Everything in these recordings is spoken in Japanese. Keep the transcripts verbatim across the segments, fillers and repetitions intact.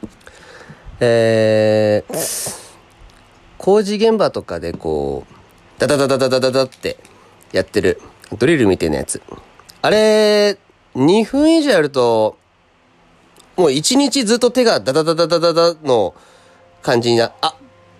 えー、工事現場とかでこう、ダダダダダダダダってやってるドリルみたいなやつ。あれ、にふん以上やると、もういちにちずっと手がダダダダダダダの感じにな、あ、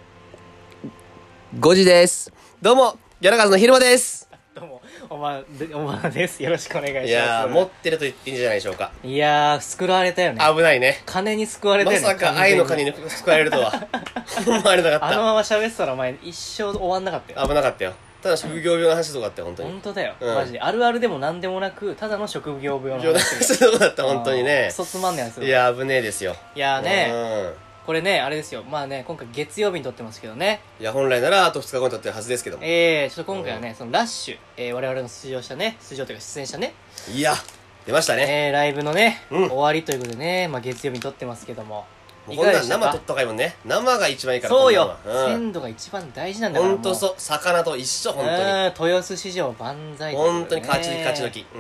ごじです。どうも、ギャラガーズの昼間です。 どうも、おま、おまです。よろしくお願いします。 いやー、持ってると言っていいんじゃないでしょうか。 いやー、救われたよね。 危ないね。 金に救われたよね。 まさか愛の金に救われるとは思われなかった。 あのまま喋ってたらお前一生終わんなかったよ。 危なかったよ。ただ職業病の話とかあったよ、本当に。 本当だよ、 うん、 マジであるあるでもなんでもなく、ただの職業病の話そうだった、本当にね。 クソつまんねえやつ。 いや、危ねえですよ。 いやーね、 うん、 これね、あれですよ。まあね、今回月曜日に撮ってますけどね。 いや、本来ならあとふつかごに撮ってるはずですけども。 えー、ちょっと今回はね、うん、そのラッシュ、えー、我々の出場したね、出場というか出演したね。 いや、出ましたね。 えー、ライブのね、 うん、 終わりということでね、まあ月曜日に撮ってますけども。 もうこんなん生撮ったかいもんね。生が一番いいから。 そうよ、 うん、 鮮度が一番大事なんだから。 ほんとそう。魚と一緒、ほんとに。 豊洲市場万歳、 ね、ほんとに勝ち抜き勝ち抜き。うん。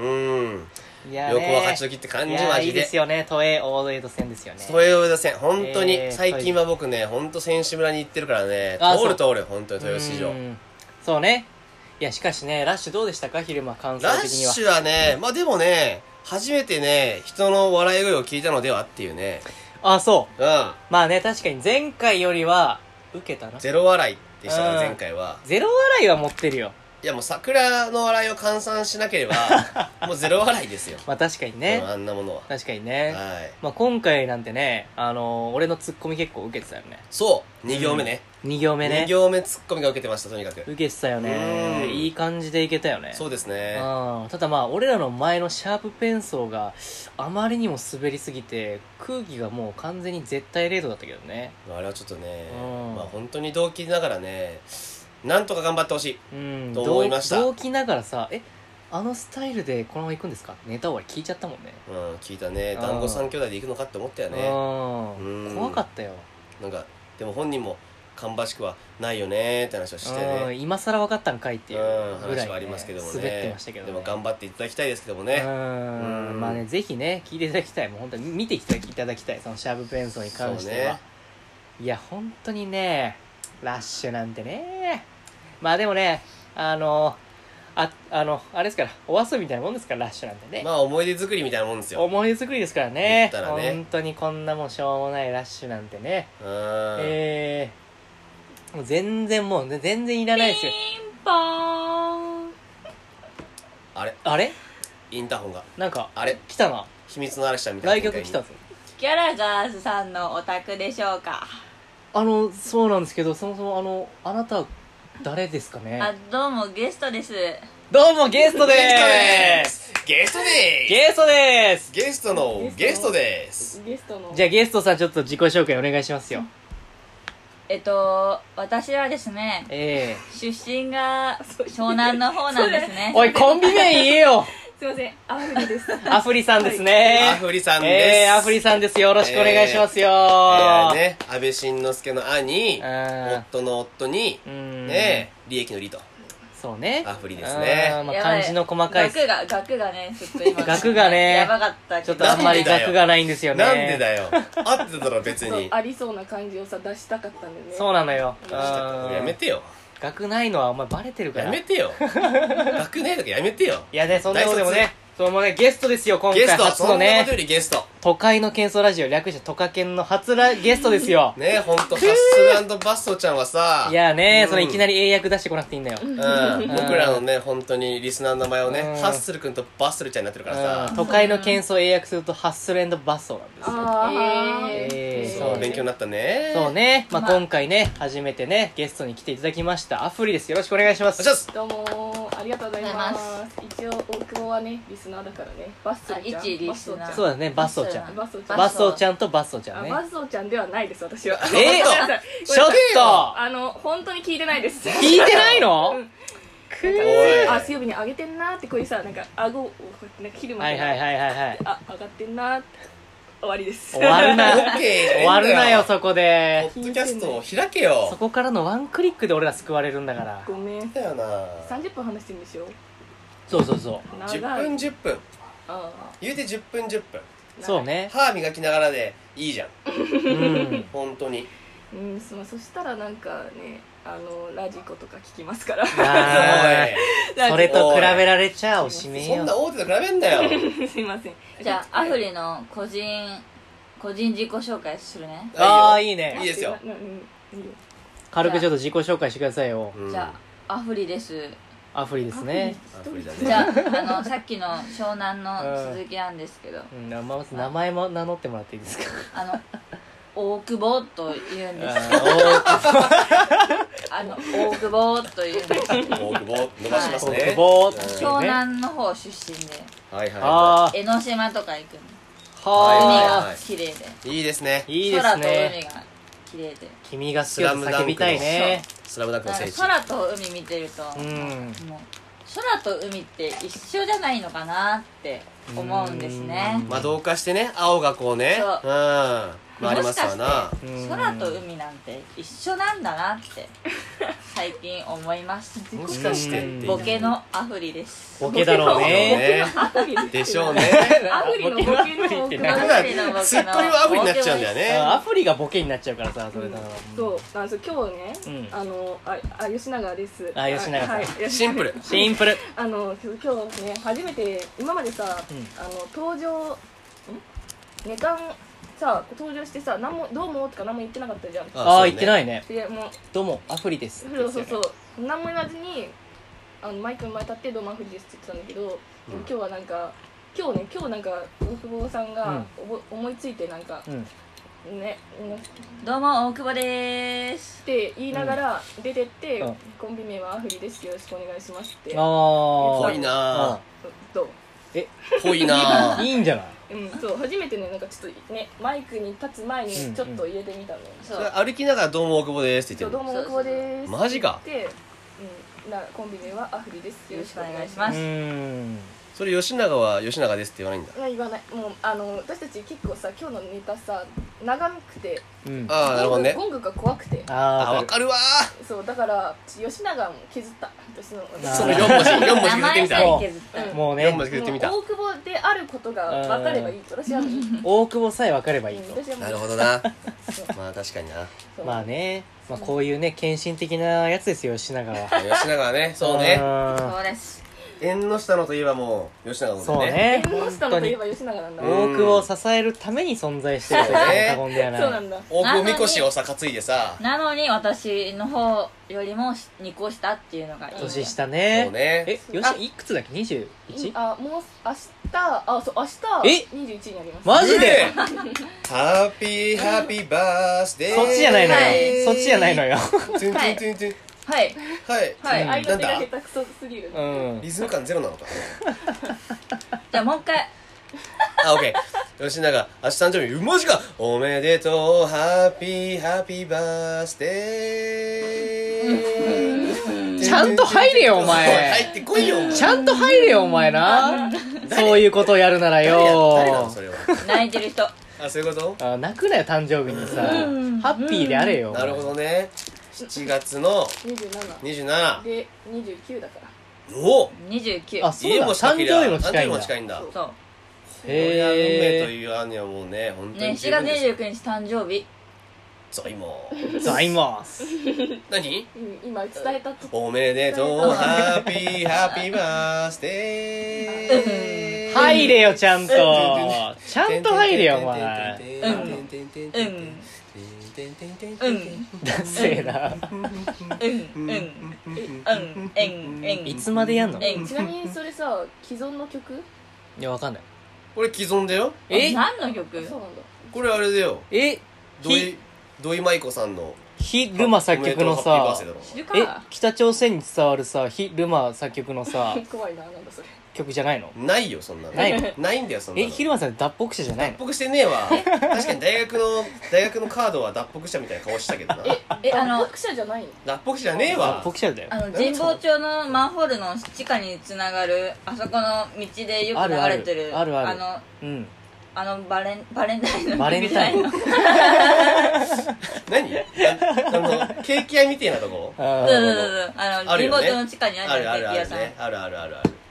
いや、ね、横は勝ち抜きって感じ、マジで。 いいですよね。都営大江戸線ですよね。 都営大江戸線、ほんとに、えー、最近は僕ね、ほんと選手村に行ってるからね、通る通る、ほんとに豊洲市場。 そうね。いや、しかしね、ラッシュどうでしたか、昼間、感想的には。 ラッシュはね、まあでもね、初めてね、人の笑い声を聞いたのではっていうね。 あ、そう。 うん。 まあね、確かに前回よりは、受けたな。 ゼロ笑いでしたね、前回は。 ゼロ笑いは持ってるよ。 いや、もう桜の笑いを換算しなければ、もうゼロ笑いですよ。 まあ確かにね。 あんなものは。 確かにね。 はい。 まあ今回なんてね、あのー、俺のツッコミ結構受けてたよね。 そう、に行目ね。 うん、に行目ね。 に行目ツッコミが受けてました、とにかく。 受けてたよね。いい感じでいけたよね。 そうですね。 うん。ただまあ、俺らの前のシャープペンソーがあまりにも滑りすぎて、空気がもう完全に絶対レートだったけどね。 あれはちょっとね、 うん、 まあ本当に動機ながらね、なんとか頑張ってほしい、うん、と思いました。 動機ながらさ、え、あのスタイルでこのまま行くんですか、ネタ終わり聞いちゃったもんね。 うん、聞いたね。団子三兄弟で行くのかって思ったよね。 うん、怖かったよ。 なんかでも本人も芳しくはないよねって話をしてね、 今更分かったんかいっていうぐらい、ね、 話はありますけどもね。 滑ってましたけどね。 でも頑張っていただきたいですけどもね。うん、 まあね、ぜひね聞いていただきたい。もう本当に見ていただきたい、そのシャープペンソーに関しては、ね、いや本当にね、ラッシュなんてね。まあでもね、あのああのあれですから、お遊びみたいなもんですから、ラッシュなんてね。 まあ思い出作りみたいなもんですよ。 思い出作りですからね。 言ったらね、 本当にこんなもんしょうもないラッシュなんてね。うん、えー、もう全然もう全然いらないですよ。 ピンポーン。 あれあれインターホンがなんかあれ来たな。 秘密の嵐みたいな。 来客来たぞ。 ギャラガーズさんのお宅でしょうか。 あのそうなんですけど、そもそもあのあなた誰ですかね。 あ、どうもゲストです。 どうもゲストでーす。 ゲストでーす。 ゲストでーす。 ゲストのゲストでーす。 ゲストの。 じゃあゲストさん、ちょっと自己紹介お願いしますよ。 えっと私はですね、 えー、出身が湘南の方なんですね。 おい、コンビ名言えよ。 すいません、アフリです。 アフリさんですね。 アフリさんです。 えー、アフリさんです。よろしくお願いしますよ。えー、えー、ね、安倍晋之助の兄、夫の夫に、ね、利益の利と。 そうね。 アフリですね。 まあ、漢字の細かい。 額が、額がね、ちょっと今。 額がね。 やばかったけど。 ちょっとあんまり額がないんですよね。 なんでだよ。合ってたら別に。 ありそうな感じをさ、出したかったんだよね。 そうなのよ。 やめてよ。 額ないのはお前バレてるから。 やめてよ。額ないとかやめてよ。 いやね、そんなことでもね。そのね、ゲストですよ、今回初のね。 ゲスト。 都会の喧騒ラジオ、略してトカケンの初ラゲストですよ。 ね、ほんと、ハッスル&バストちゃんはさ。 いやね、そのいきなり英訳出してこなくていいんだよ。 うん。僕らのね、本当にリスナーの名前をね、ハッスル君とバストルちゃんになってるからさ。 都会の喧騒を英訳すると、ハッスル&バストなんですよ。 あー。 えー、 そう、勉強になったね。 そうね。まあ今回ね、初めてね、ゲストに来ていただきました。アフリです。よろしくお願いします。 どうもありがとうございます。一応、大久保はね、リスナーだからね。バッソちゃん。 一リスナー。 そうだね、バッソちゃん。 バッソちゃん。 バッソちゃんとバッソちゃんね。 バッソちゃんではないです、私は。 えー、ちょっとあの、本当に聞いてないです。 聞いてないの？ うん、くあ、水曜日に上げてんなーってこういうさ、なんか顎をこうやってなんか切るまで、 はいはいはいはいはい、 あ、上がってんなーって終わりです。 終わるな終終わるなよ、そこで。 ポッドキャストを開けよ。 そこからのワンクリックで俺ら救われるんだから。 ごめん。 だよな。 さんじゅっぷん話してるんでしょ。 そうそうそう。 じゅっぷんじゅっぷん。 あ言うてじゅっぷんじゅっぷん。 そうね。 歯磨きながらでいいじゃん。 うん本当に。 うん、そそしたらなんかね、あのラジコとか聞きますからあーそれと比べられちゃおしめよそんな大手と比べんなよ。 すいません。 じゃあアフリの個人個人自己紹介するね。 ああいいねいいですよ。 ななうんいいよ軽くちょっと自己紹介してくださいよ。 うんじゃあアフリです。 アフリですね。 アプリだね。 じゃああのさっきの湘南の続きなんですけど、 うんまず名前も名乗ってもらっていいですか。 あの大久保と言うんです。あの大久保と言うんです。 大久保伸ばしますね。 大久保って湘ね。 南の方出身ではいはいはあ江ノ島とか行くの。 あ海はが綺麗で、 い。いいですね。 いいです空と海ね。 が綺麗で、 君が好きだと叫びたいね。 スラムダンクの聖地。 なんか空と海見てると、 うんもう空と海って一緒じゃないのかなって思うんですね。 まあ同化してね、青がこうね。 そううん。まあありますわな。 うん空と海なんて一緒なんだなって最近思いました。 もしかしてっていうボケのアフリです。 ボケだろうね。 ね。 アフリでしょうね。 アフリのボケのボケのアフリってアなフリのボケのツッコミはアフリになっちゃうんだよね。 あアフリがボケになっちゃうからさ、それだから。 そうなんですよ今日ね、 うんあのああ吉永です。 あ吉永さんはいシンプル。 シンプル。 あの今日ね初めて今までさ、 うんあの登場んネタさ登場してさ何もどうもとか何も言ってなかったじゃん。 ああ言ってないいね。 でもうどうもアフリです。 そうそうそう何も言わずにあのマイクの前立って「どうもアフリです」って言ってたんだけど、 うん今日はなんか今日ね今日なんか大久保さんがうんおぼ、思いついてなんかうん。 ね、うん、っどうも大久保です。 て言いながら出てって、 うんコンビ名はアフリですよろしくお願いしますってああ。 ぽいなどうえ、 ぽいな。 いいんじゃない。 うん、そう初めてねなんかちょっとねマイクに立つ前うんにちょっと入れてみたのよ、 そそうれ歩きながらどうも大久保ですってそう言ってるどうも大久保ですマジかって言って、うん、なコンビ名はアフリですよろしくお願いしうます。 ん。 それ吉永は吉永ですって言わないんだ。 いや言わないもうあの私たち結構さ今日のネタさ長くてうん。 ああなるほどね。 ゴングが怖くてあああわかるわそうだから吉永も削った私のあーそのよん文字よん文字名前削ってみたさえ削った。 うんもうよん文ね、 字削ってみたもう大久保であることが分かればいい私はもういい、うん大久保さえ分かればいいと。 私はもうなるほどなそうまあ確かになそうまあね、まあこういうね献身的なやつですよ吉永は。 吉永はねそうねそうです。 縁の下のといえばもう吉永うん。 だもんねそうね。 縁の下のといえ本ば吉永なんだ、 当に大久保を支えるために存在してると言っても過言ではない。 そうなんだ大久保みこしをさ担いでさなのに私の方よりもにこ下っていうのがいい。 年下ね。 そうねえ、よしいくつだっけ？にじゅういち？ あもう明日あそう明え日にじゅういちになりますマジで？ ハッピーハッピーバースデーそっちじゃないのはいよ。そっちじゃないのよ。 トゥントゥントゥントゥンはいはいはい。 うん相手がなんだ下手くそすぎる、 うん。 リズム感ゼロなのかじゃあもう一回。 あ、オッケー。吉永、明日誕生日、うマジかおめでとう、ハッピー、ハッピーバースデー。 ちゃんと入れよお前入ってこいよ、お前ちゃんと入れよお前な。そういうことやるなら誰や誰なのよそ。れは。 泣いてる人。 あ、そういうこあ泣くなよ誕生日にさ。ハッピーであれよ。 となるほどね。しちがつのにじゅうななにじゅうなな。 でにじゅうきゅうだからおにじゅうきゅう。 あ、そうだ。 家も近誕けりゃ生日も近いんだ誕生日も。近いんだ。 そうそう。 これは運命とへいう兄はもうね、本当にね、しがつ十分です。 にじゅうくにち誕生日。 そう、今。 ー。ざいます。 何うん今伝えたとおめでとう、ハッピー、ハッピーバースデー。 入れよちゃんと。ちゃんと入れよお前。 うんうんうんダセえな。 うんうんうんうんうん。 いつまでやんの？ うんちなみにそれさ既存の曲いやわかんない。 これ既存だよ。 え何の曲？ そうなんだこれあれだよ。 え土井土井舞子さんのヒルマ作曲のおめでとうハッピーバーさスデーだろ知るえか？ 北朝鮮に伝わるさヒルマ作曲のさ怖いななんだそれ曲じゃないの？ ないよそんなのないの？ ないんだよそんなのえヒルマさん脱北者じゃないの？ 脱北してねえわ確かに大学の大学のカードは脱北者みたいな顔したけどなえあの読者じゃないの脱北者じゃねえわ脱北者だよあの神保町のマンホールの地下につながるあそこの道でよく流れてるあるあるあるのうんあのバレンバレンタインのバレンタインの何ああのケーキ屋みてえなとこあーそうそうそうそうあのあるよね神保町の地下にあるあるあるあるケーキ屋さんねあるあるあるある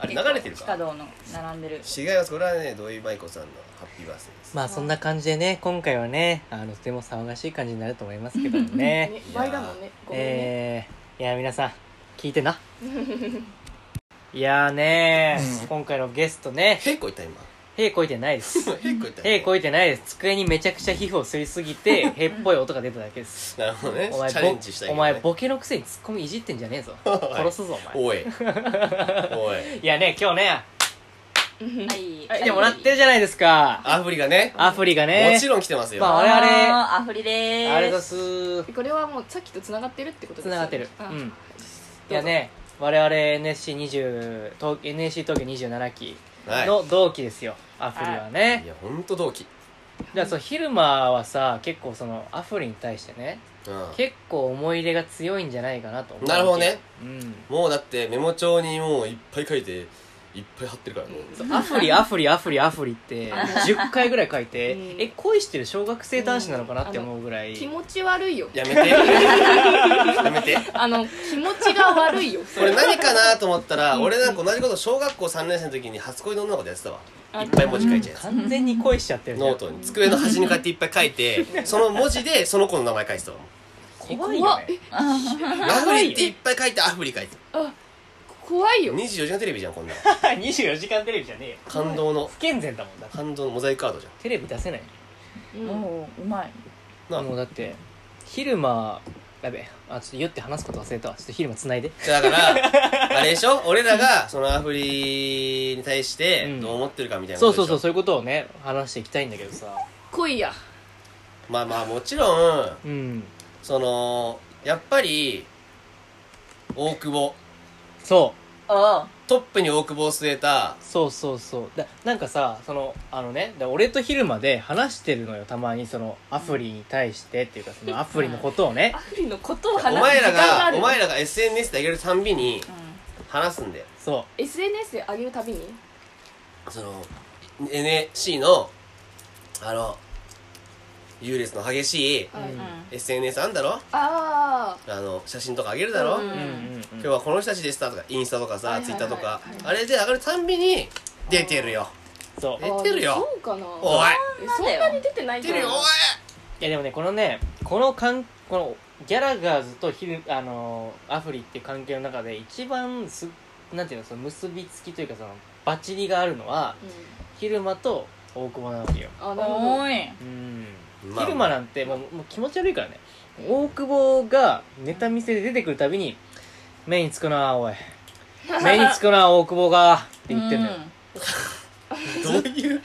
あれ流れてるか地下道の並んでる。 違います。これはね土井舞子さんのハッピーバースデーです。 まあそんな感じでね今回はねあのとても騒がしい感じになると思いますけどもねね倍だもんねごめんねえー、いや皆さん聞いてないやーねー今回のゲストねへいこいた今へいこいてないですへいこいたへいこいてないです。机にめちゃくちゃ皮膚をすりすぎてへっぽい音が出ただけですなるほどねお前チャレンジしたいけおどね前ボケのくせにツッコミいじってんじゃねえぞ殺すぞお前おいおいいやね今日ねはい来てもらってるじゃないですかアフリがねアフリがねもちろん来てますよ、 まあ我々 あーアフリでーす。 あれだすーこれはもうさっきとつながってるってことですよねつながってるあうんいやね我々 エヌエスシーにじゅう 東 エヌエスシー 東京にじゅうななきはいの同期ですよアフリはねいやほんと同期、 じゃあそう昼間はさ結構そのアフリに対してねう結構思い入れが強いんじゃないかなと思うなるほどねうんん、もうだってメモ帳にもういっぱい書いていっぱい貼ってるからね、 そうアフリアフリアフリアフリってじゅっかいぐらい書いて、 うんえ恋してる小学生男子なのかなって思うぐらい、 気持ち悪いよやめてやめてあの気持ちが悪いよこれ何かなと思ったら、 うん俺なんか同じこと小学校さんねん生の時に初恋の女の子でやってたわあいっぱい文字書いちゃうやつ、 完全に恋しちゃってるじゃんノートに机の端にこうやっていっぱい書いてその文字でその子の名前書いてたわ怖いよねアフリっていっぱい書いてアフリ書いてあ怖いよにじゅうよじかんテレビじゃんこんなのにじゅうよじかんテレビじゃねえよ感動の不健全だもんだ感動のモザイクカードじゃんテレビ出せないうんおーうまい。 なあもうだって昼間やべえあちょっと言って話すこと忘れたわちょっと昼間つないでじゃあだからあれでしょ俺らがそのアフリに対してどう思ってるかみたいなそうことでしょそうそうそういうことをね話していきたいんだけどさ恋やまあまあもちろんうんそのやっぱり大久保そあトップに大久保を据えたうそうそうそうだなんかさそのあのねだ俺と昼間で話してるのよたまにそのアフリに対してっていうかそのアフリのことをねアフリのことをお話す前ら時間があるがお前らが エスエヌエス で上げるたんびにあ。 話すんだよそエスエヌエス で上げるたびにその エヌエスシー のあの優劣の激しいはいうんエスエヌエス あんだろああの写真とか上げるだろ、 うんううんうん今日はこの人たちでしたとかインスタとかさ、 はいはいはいツイッターとか、 はいあれで上がるたんびに出てるよそうあ出てるよそうかなおいえそんなに出てないじゃん出てるよおいいやでもねこのねこのかんこのギャラガーズとヒルあのアフリっていう関係の中で一番すなんていうのその結びつきというかそのバチリがあるのはうん昼間と大久保なわけよあなるほどおい。 うんまあ昼間なんてもうもう気持ち悪いからね大久保がネタ見せで出てくるたびに「目につくなおい目につくな大久保が」って言ってんのよどういう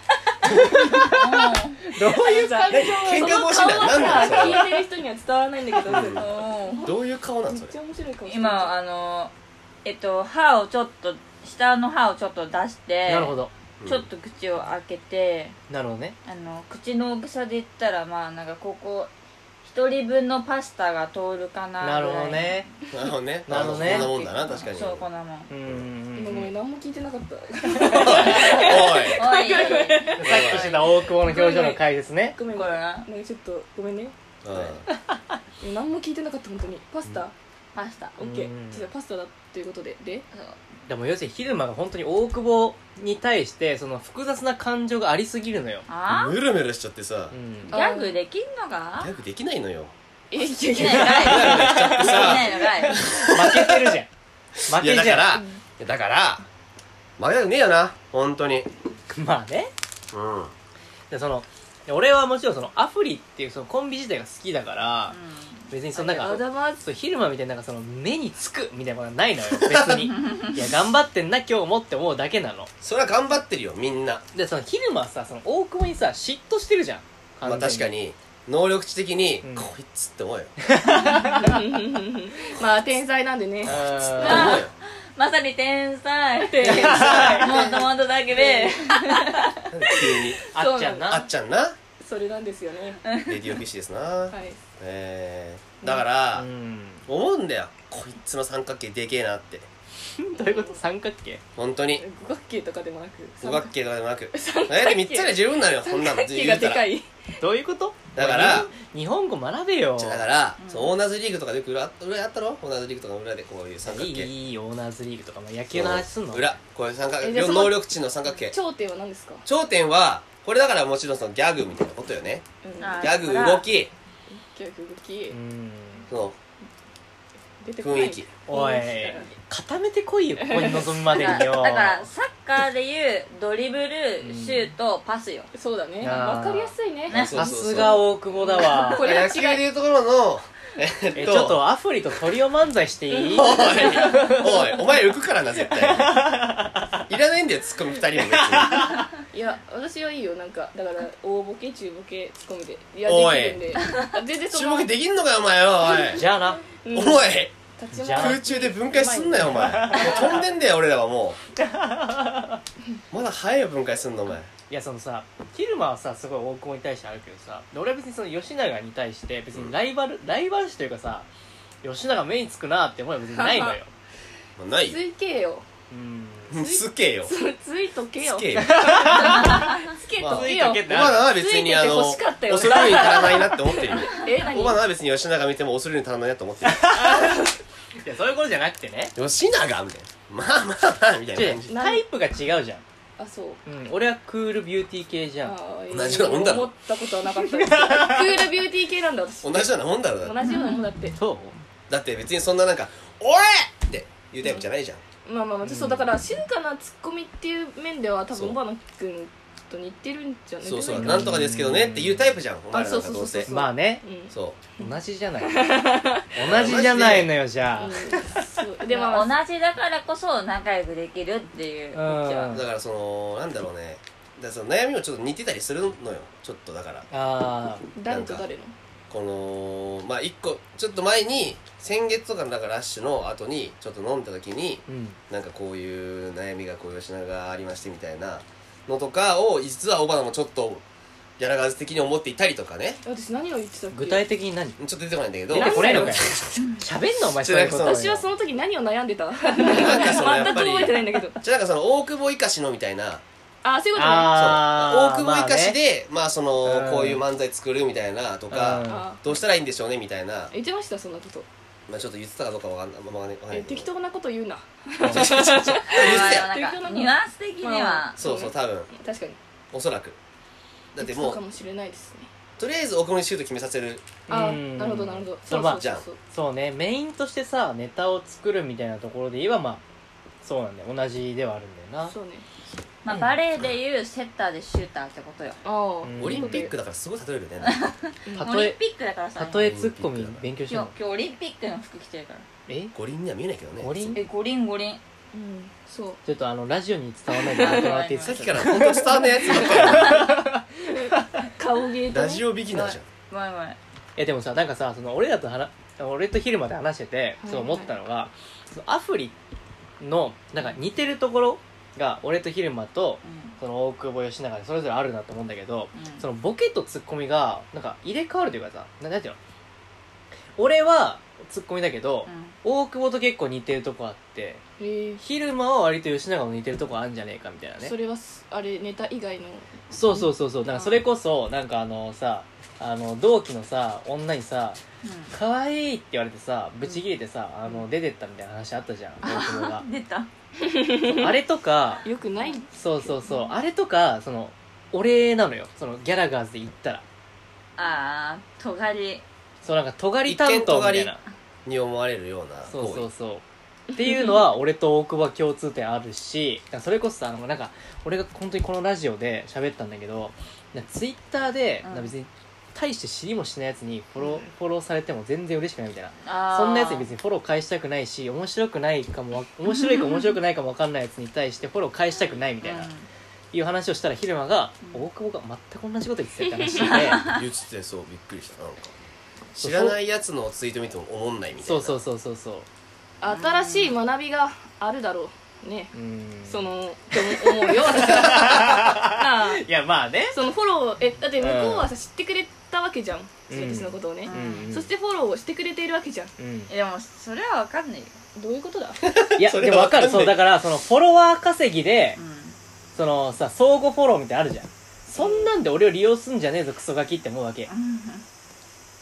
どういう感情喧嘩腰そのだよなん顔はさだよそれは聞いてる人には伝わらないんだけどそれめっうんどういう顔なんそれちゃ面白いかもしれない今あのえっと歯をちょっと下の歯をちょっと出してなるほどちょっと口を開けて、 なるほどねあの口の大きさで言ったらまあなんかここ一人分のパスタが通るかなぐらないるほどねなるほどねなるほどねこんなもんだな確かにそうこんなもんうんうん今ごめうんん何も聞いてなかったおいおいさっきしてた大久保の表情の解説ねごめんこれななんかちょっとごめんねうん何も聞いてなかった本当にパスタパスタオッケうんーじゃあパスタだっていうことでででも要するに昼間が本当に大久保に対してその複雑な感情がありすぎるのよ、 あムルムルしちゃってさうんギャグできんのかギャグできないのよえいやいできやないのかいできさないのかい負けてるじゃん負いやけじゃんだからいやだから負けたくねえよな本当にまあねうんでその俺はもちろんそのアフリっていうそのコンビ自体が好きだから、 う別にそのなんかあだまそう昼間みたいななんかその目につくみたいなことはないのよ別にいや頑張ってんな今日もって思うだけなのそれは頑張ってるよみんなでその昼間はさその大久保にさ嫉妬してるじゃんまあ完全確かに能力値的にうんこいつって思うよまあ天才なんでねうんって思うよまさに天才天才もっともっとだけでなんで急にあっちゃんなあっちゃんなそれなんですよねレディオフィッシュですなはいえーだからうん思うんだよこいつの三角形でけえなってどういうこと三角形本当に五角形とかでもなく五角形とかでもなく大体みっつで十分なのよそんなの三角形がでかいどういうことだから日日本語学べよ。 じゃあだから、 うんそうオーナーズリーグとかでよく裏裏やったろ。オーナーズリーグとかの裏でこういう三角いい形、 いいオーナーズリーグとか、まあ、野球の話すんの。 裏こういう三角形、 えじゃあその能力値の三角形。 頂点は何ですか？ 頂点はこれだからもちろんそのギャグみたいなことよね。 うんあギャグ、動き、 ギャグ動きうんその出てこない雰囲気。 おい固めてこいよ、ここに臨むまでによ。 だからサッカーでいうドリブル、 うんシュート、パスよ。 そうだね、 あーわかりやすいね。 ねそうそうそうさすが大久保だわ。 これは違う野球でいうところのえっとえちょっとアフリとトリオ漫才していい？ おいおいお前浮くからな絶対いらないんだよツッコミふたりも別に。 いや私はいいよ、なんかだから大ボケ中ボケツッコミでいやおいできるんであ全然その注目できんのかよお前よおいじゃあな。 うんおい立ちじゃあ空中で分解すんなよお前もう飛んでんだよ俺らはもうまだ早いよ分解すんのお前。 いやそのさ、ヒルマはさすごい大久保に対してあるけどさ、で俺は別にその吉永に対して別にライバル、ライバル視というかさ、吉永目につくなって思いは別にないのよ。 まあないよついけようん。 つけよつついとけよつけよつけまあとけよついとけお前らは別にあのついてて欲しかったよね恐れるに足らないなって思ってるよえ何お前らは別に吉永見ても恐れるに足らないなって思ってるいやそういうことじゃなくてね。 吉永みたいなまあまあまあみたいな違う感じ。 タイプが違うじゃん。 あそううん。俺はクールビューティー系じゃん。 あー同じようなもんだろ思ったことはなかったですクールビューティー系なんだ私同じようなもんだろだって同じようなもんだってそうだって別にそんななんか「おい!」って言うタイプじゃないじゃん。 まあまあまあ、そうだから静かなツッコミっていう面では多そう分小花君と似てるんじゃないそうそう似てなんとかですけどねっていうタイプじゃんお前らなんかどうせそうまあね、 うんそ同じじゃない。同じじゃないのよ、じゃあ。 うんそうででももまあ同じだからこそ仲良くできるっていうこっちはうんうだからそのなんだろうねだからその悩みもちょっと似てたりするのよちょっとだからあ誰と誰のこのまあ一個ちょっと前に先月とかのだからラッシュの後にちょっと飲んだ時にーうん。 なんかこういう悩みがこういう吉永がありましてみたいなのとかを実は小花もちょっとギャラガーズ的に思っていたりとかね私何を言ってたっけ具体的に何？ ちょっと出てこないんだけど出てこないのかよなんか喋んなお前そういうこと。 私はその時何を悩んでた全くそのやっぱり覚えてないんだけどじゃあなんかその大久保生かしのみたいなあそういうことねあーそう大久保生かしでまあそのうんこういう漫才作るみたいなとうんかあどうしたらいいんでしょうねみたいな言ってましたそんなことまあちょっと言ってたかどうかわかんないわかんないわかんないけどえ適当なこと言うな言ってたよまあでもなんかニュアンス的にはそうそう多分確かにおそらくだってもうそうかもしれないですねとりあえず大久保にシュート決めさせるあうんなるほどなるほどそうまあじゃんそうそうね、メインとしてさネタを作るみたいなところで言えばまあそうなんだよ、同じではあるんだよな。 そうねまあバレーでいうセッターでシューターってことよああうんオリンピックだからすごい例えるねたとえオリンピックだからさたとえツッコミ勉強してんの今日今日オリンピックの服着てるからえ五輪には見えないけどね五輪え五輪五輪うんそうちょっとあのラジオに伝わらないでやってもらっていいですかさっきから本当伝わんないやつばっか顔芸とねりラジオビギナーじゃんごめんごめんいやでもさなんかさその俺らと話俺と昼まで話してていそう思ったのが、そのアフリのなんか似てるところが俺と昼間とその大久保吉永でそれぞれあるなと思うんだけど、 うんそのボケとツッコミがなんか入れ替わるというかさななんていうの俺はツッコミだけど、大久保と結構似てるとこあってへえ昼間は割と吉永も似てるとこあるんじゃねえかみたいなねそれはすあれネタ以外のそうそうそうそうだからそれこそなんかあのさあの同期のさ女にさ「可愛いって言われてさブチ切れてさあの出てったみたいな話あったじゃん大久保が出たあれとかよくないそうそうそうあれとかその俺なのよそのギャラガーズで言ったらああ尖りそうなんか尖り担当みたいなに思われるようなそう行為そうそうっていうのは俺と大久保は共通点あるしだからそれこそさあのなんか俺が本当にこのラジオで喋ったんだけどツイッターでうんなんか別に大して知りもしないやつにフォロー、フォローされても全然嬉しくないみたいなあーそんなやつに別にフォロー返したくないし面白くないかもわ面白いか面白くないかも分かんないやつに対してフォロー返したくないみたいな、 うんいう話をしたら昼間が、 うん大久保が全く同じこと言ってたって話して言っててそうびっくりしたなんか知らないやつのツイート見ても思んないみたいなそうそうそうそうそう新しい学びがあるだろうねうんそのって思うよ私はなあいやまあねそのフォローえだって向こうはさ知ってくれたわけじゃん私のことをねうんうんそしてフォローをしてくれているわけじゃんうんでもそれは分かんないよどういうことだいやそでも分かるれは分かんないそうだからそのフォロワー稼ぎでうんそのさ相互フォローみたいなのあるじゃんそんなんで俺を利用すんじゃねえぞクソガキって思うわけ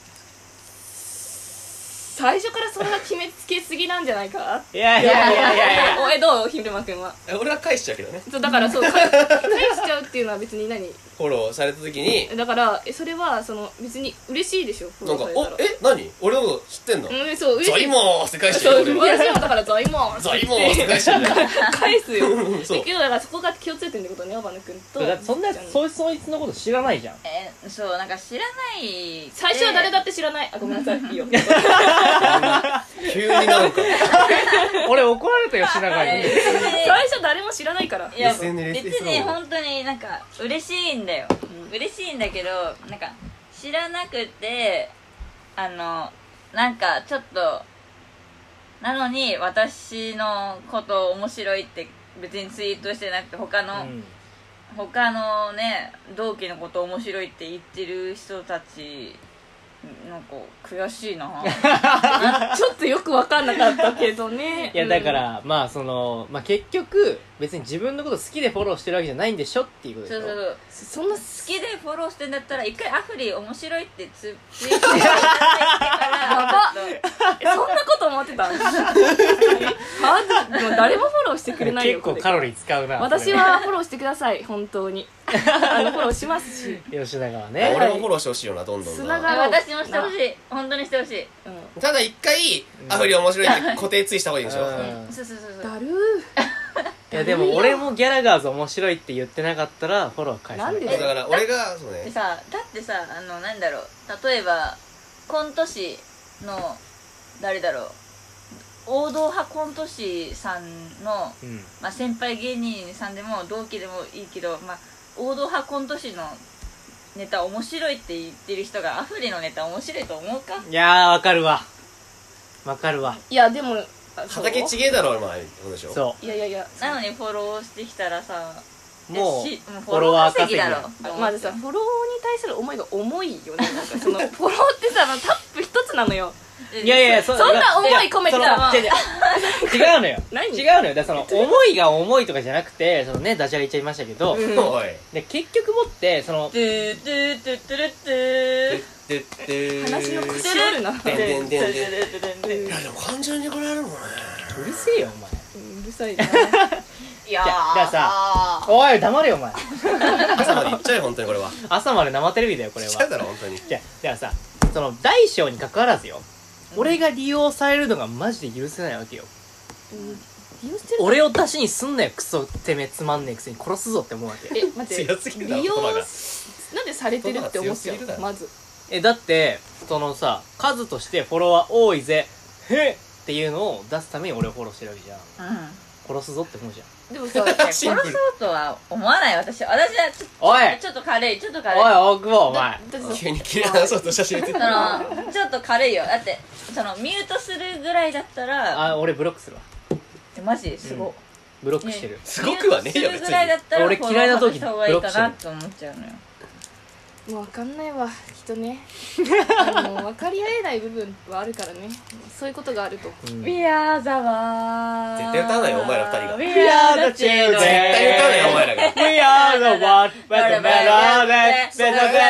最初からそんな決めつけすぎなんじゃないか。 いやいやいやいやいやおえどうひるまくんは。 俺は返しちゃうけどね。 そうだからそう返返しちゃうっていうのは別に何フォローされた時にだからえそれはその別に嬉しいでしょ。フォなんかローされたらおえ何俺のこと知ってんの？ うんそう嬉しい。 ザイモーって返しちゃそううよ私もだからザイモーザイモーって返しちゃうよ返すよ。 そうけどだからそこが気をついてるってことね、オバヌ君と。 だってそんなそいそいつのこと知らないじゃん。 えそうなんか知らない最初は誰だって知らない。あごめんなさいいいよ。 急になんか俺怒られたよ品川に。 最初誰も知らないから。 いやエスエヌエス別に本当になんか嬉しいんだよ、 うん嬉しいんだけどなんか知らなくてあのなんかちょっとなのに私のこと面白いって別にツイートしてなくて他の、 うん他のね同期のこと面白いって言ってる人たちなんか悔しいなちょっとよく分かんなかったけどね。 いやだからまあそのまあ結局別に自分のこと好きでフォローしてるわけじゃないんでしょっていうことでしょ。 そうそうそうそんな好きでフォローしてんだったら一回アフリ面白いってツツイートしていただいてからちょっとえそんなこと思ってたんはでも誰もフォローしてくれないよ。 結構カロリー使うな。 私はフォローしてください本当に。あのフォローしますし、 これ吉永はね。 俺もフォローしてほしいよなどんどんなつながろう。 私もしてほしい本当にしてほしいうんただ一回アフリ面白いって固定ツイした方がいいんでしょうんそうそうそうそうだるいやでも俺もギャラガーズ面白いって言ってなかったらフォロー返さない。 なんでだから俺がそうねでさだってさあのなんだろう例えばコント師の誰だろう王道派コント師さんの、 うんまあ、先輩芸人さんでも同期でもいいけど、まあ、王道派コント師のネタ面白いって言ってる人がアフリのネタ面白いと思うかいやーわかるわわかるわ。 いやでもあそう畑ちげえだろお前ってことでしょそいやいやいやなのにフォローしてきたらさうもうえしもうフォロワー稼ぎだろあまずさフォローに対する思いが重いよね。なんかそのフォローってさタップ一つなのよ。 いやいやそそんな思い込めてたらその違う違う違うのよ何違うのよ。だからその思いが重いとかじゃなくてそのねダジャレ言っちゃいましたけど、 うんおいで結局もってそのトゥートゥートゥートゥルットゥーでで話の腰折るな。 でんでんでんでんでいやでも完全にこれあるもんねうるせえよお前。 うんうるさいな。 いやーじゃあじゃあさおい黙れよお前。 朝まで行っちゃうよ本当にこれは朝まで生テレビだよこれは。 しちゃうだろ本当にじゃあじゃあさその大小に関わらずよ、俺が利用されるのがマジで許せないわけよ。 うん利用してる俺を出しにすんなよクソてめえつまんねえくせに殺すぞって思うわけ。 え待って強すぎるだろ利用言葉がなんでされてるって思っちゃ言葉が強すぎるだろうまず。 えだってそのさ数としてフォロワー多いぜへっっていうのを出すために俺をフォローしてるわけじゃん。 うん殺すぞって思うじゃん。 でもさ殺そうとは思わない私私はちょおいちょっと軽いちょっと軽いおい大久保お前だってさ急に切り離そうと写真写ってそのちょっと軽いよだってそのミュートするぐらいだったらあ俺ブロックするわ。 マジすごい、 ブロックしてる。 すごくはねえよ別ミュートするぐらいだにったら俺嫌いな時フォロー外した方がいいかなって思っちゃうのよもう分かんないわ人ね。あの分かり合えない部分はあるからね。そういうことがあると。 うん We are the one 絶対歌わないよお前ら二人が We are the children 絶対歌わないよお前らが We are the one with the melody with the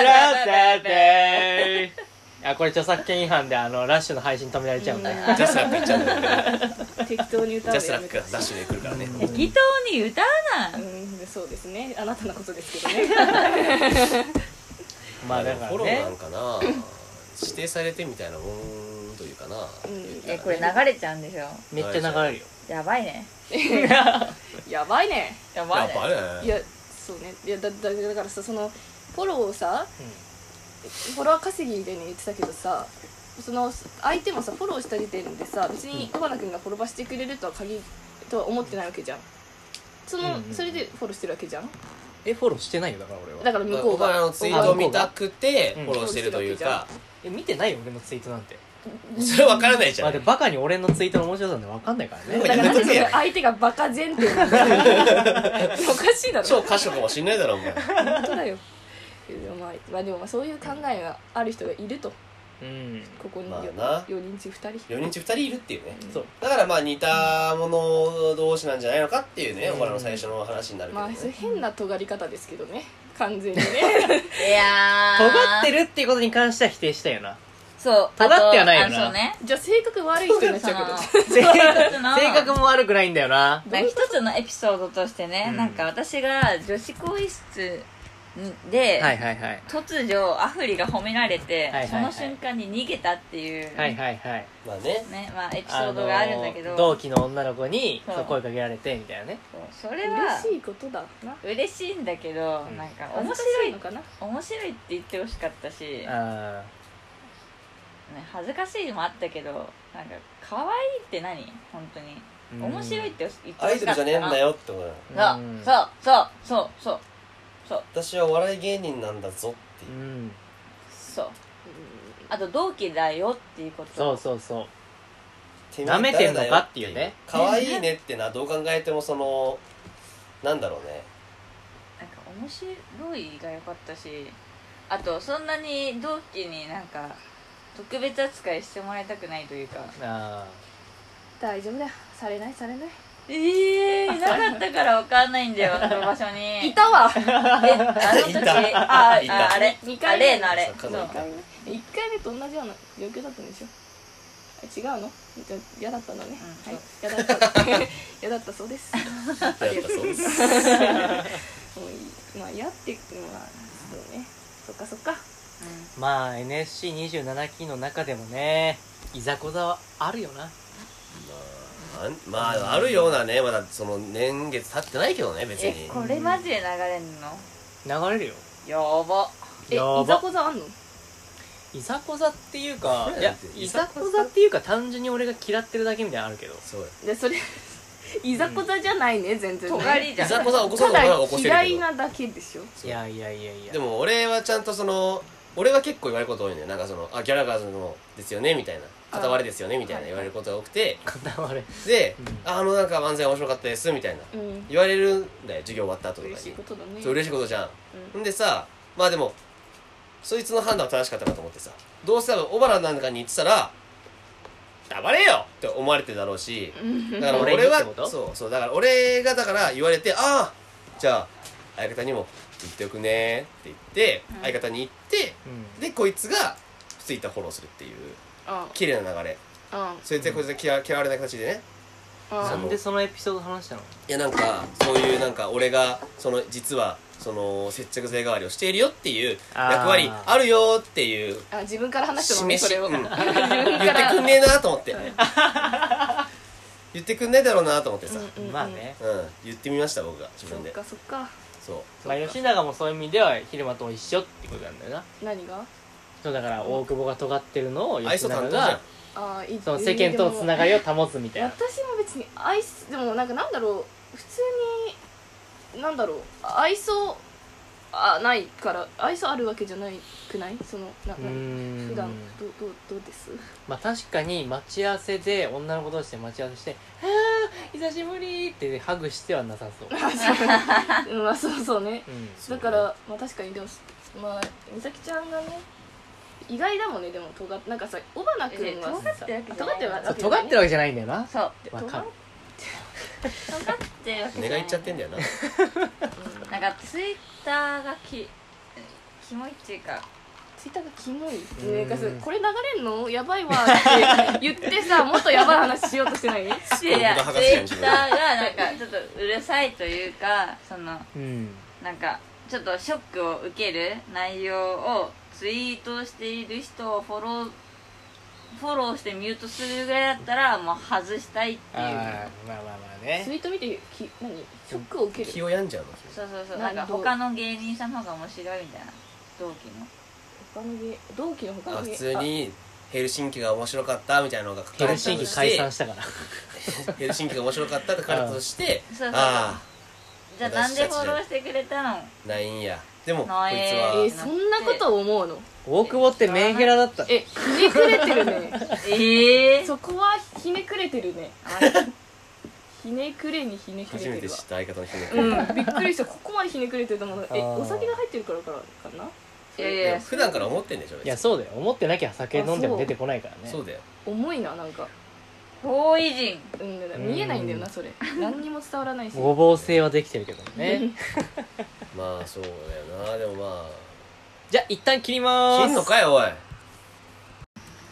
melody あこれ著作権違反であのラッシュの配信止められちゃうんだよ。 ジャスラック行っちゃうんだよ適当に歌うジャスラのやめてックがダッシュで来るからね適当に歌うなうんそうですねあなたのことですけどね。 まあだからフォローなねんかな指定されてみたいなもんというかなうんえこれ流れちゃうんでしょめっちゃ流れるよ。 やばいねやばいね。 やばいねやっぱあれいやそうねいやだだだからさそのフォローをさフォロワー稼ぎみたいに言ってたけどさその相手もさフォローした時点でさ別に尾花君がフォロバーしてくれるとは限とは思ってないわけじゃん。その、 うんうんそれでフォローしてるわけじゃん。 えフォローしてないよだから俺は。 だから向こうお前がのツイートを見たくてうんフォローしてるというかえ見てないよ俺のツイートなんて。 それ分からないじゃんまあでバカに俺のツイートの面白さなんて分かんないからね。 だからなんでそれ相手がバカ前提なんだよ。おかしいだろ。 超歌手かもしんないだろお前本当だよ。でもまあ、まあ、でもまあそういう考えがある人がいるとうんここにまあよ,、 なよにん中ふたり。 よにん中ふたりいるっていうねそうだからまあ似たもの同士なんじゃないのかっていうねうんお前の最初の話になるけどねまあそれ変な尖り方ですけどね完全にね。 いやー尖ってるっていうことに関しては否定したよな。 そう尖ってはないよなあとあのそうねじゃあ性格悪い人になっちゃうけど性格一つの性格も悪くないんだよな。 なんか一つのエピソードとしてね、 うんなんか私が女子更衣室で、 はいはいはい突如アフリが褒められて、 はいはいはいその瞬間に逃げたっていう、 はいはいはい。 まあねねまあ、エピソードがあるんだけど、 あの同期の女の子にそうそう声かけられてみたいなね。 そうそれは嬉しいことだな嬉しいんだけど、 うんなんか面面白い白いのかな面白いって言ってほしかったし、ね、 あ恥ずかしいのもあったけど、なんか可愛いって何本当にー面白いって言ってアイドルほしかったじゃねえんだよってことだようんそうそうそうそうそう私はお笑い芸人なんだぞっていう、 うん。 そうあと同期だよっていうことそうそうそう。 てめえ舐めてんのかっていうね可愛いねってなどう考えてもそのなんだろうねなんか面白いが良かったし、あとそんなに同期になんか特別扱いしてもらいたくないというか、 あ大丈夫だよされないされないええー、いなかったから分かんないんだよその場所にいたわえあの時いたあいたああれ二回目あ例のあれそうそういっかいめいっかいめと同じような状況だったんでしょあ違うのじゃ嫌だったんだね、 うんはい嫌だった嫌だったそうですだったそうですもういいまあ嫌ってまあそうねそっかそっかうーまあ エヌエスシーにじゅうなな 期の中でもね、いざこざはあるよな。 まあ、まああるようなねまだその年月経ってないけどね別ん、えにこれマジで流れんの流れるよ。 やばえいやばざこざあんのいざこざっていうか、いやいいざこざっていうか単純に俺が嫌ってるだけみたいなのあるけど。 そうよでそれいざこざじゃないね全然ね尖りじゃんいざこざ起こそうただと思えば起こせる嫌けどいなだけでしょいやいやいやいや。 でも俺はちゃんとその俺は結構言われること多いんだよなんかそのあギャラガーズのですよねみたいな片割れですよねみたいな言われることが多くて片割れ。 で、 うんああのなんか漫才面白かったですみたいなうん言われるんだよ授業終わった後とか嬉しいにことだねそう嬉しいことじゃん、 うんんでさまあでもそいつの判断は正しかったかと思ってさどうせ多分小原なんかに言ってたら黙れよって思われてるだろうしうんだから俺に俺はってことそうそうだから俺がだから言われてああじゃあ相方にも言っておくねって言って、 うん相方に言ってうん。 でこいつがツイッターフォローするっていうあ綺麗な流れあそれでこいつが嫌嫌われない形でねあなんでそのエピソード話したの？ いやなんかそういうなんか俺がその実はその接着剤代わりをしているよっていう役割あーあるよっていうあ自分から話したのねそれを示しうん自分言ってからくんねえなと思って言ってくんねえだろうなと思ってさ、 うんうんうんまあね。 うん、言ってみました僕が自そっ分でかそっかそうまあ吉永もそういう意味では昼間と一緒ってことなんだよな。 何がそうだから大久保が尖ってるのを愛吉永想担当じゃんがああいその世間とのつながりを保つみたいな。 私も別に愛すでもなんかなんだろう普通になんだろう愛想あないから愛想あるわけじゃないくないそのなうーなん普段ん。 どどうどうですまあ確かに待ち合わせで女の子同士で待ち合わせして「あー久しぶり」ってハグしてはなさそう。 うんまあそうそうねうん。 そうねだからまあ確かにでもまあ美咲ちゃんがね意外だもんねでも尖っなんかさ尾花君はさえ尖ってるわけじゃないあ尖ってるわけそう尖ってるわけじゃないんだよな。 そうわかる。 尖ってるわけじゃない根がいっちゃってんだよななんかツイッターがきキモいっていうかツイッターがキモいんねなんかさこれ流れんのやばいわって言ってさもっとやばい話しようとしてないいやいや僕がツイ剥がすやん自分ッターがなんかちょっとうるさいというかそのうん。 なんかちょっとショックを受ける内容をツイートしている人をフォローフォローしてミュートするぐらいだったらもう外したいってああいうまあまあまあツね。 イート見てき何ショックを受ける気を病んじゃうのそうそうそうななんか他の芸人さんの方が面白いみたいな同期の他の芸同期の他あ普の芸通にヘルシンキが面白かったみたいなのが書かれヘルてたとしてシンキ解散したから。 ヘルシンキが面白かったって書かれたとしてそうそうそうあじゃあなんでフォローしてくれたのあないんやでもこいつないえはー、そんなこと思うの大久保ってメンヘラだった。 えひねくれてるねええー、 そこはひねくれてるねあひねくれにひねくれ初てるわめて知った相方の人うねんびっくりしたここまでひねくれてると思うえあーお酒が入ってるからからかないやいやでも普段から思ってんでしょ別にいやそうだよ。思ってなきゃ酒飲んでも出てこないからね。 そうだよ重いななんか遠い人うんだから見えないんだよなそれ何にも伝わらないしごぼう性はできてるけどね。 まあそうだよなでもまあじゃあ一旦切りまーす。 切んのかよおい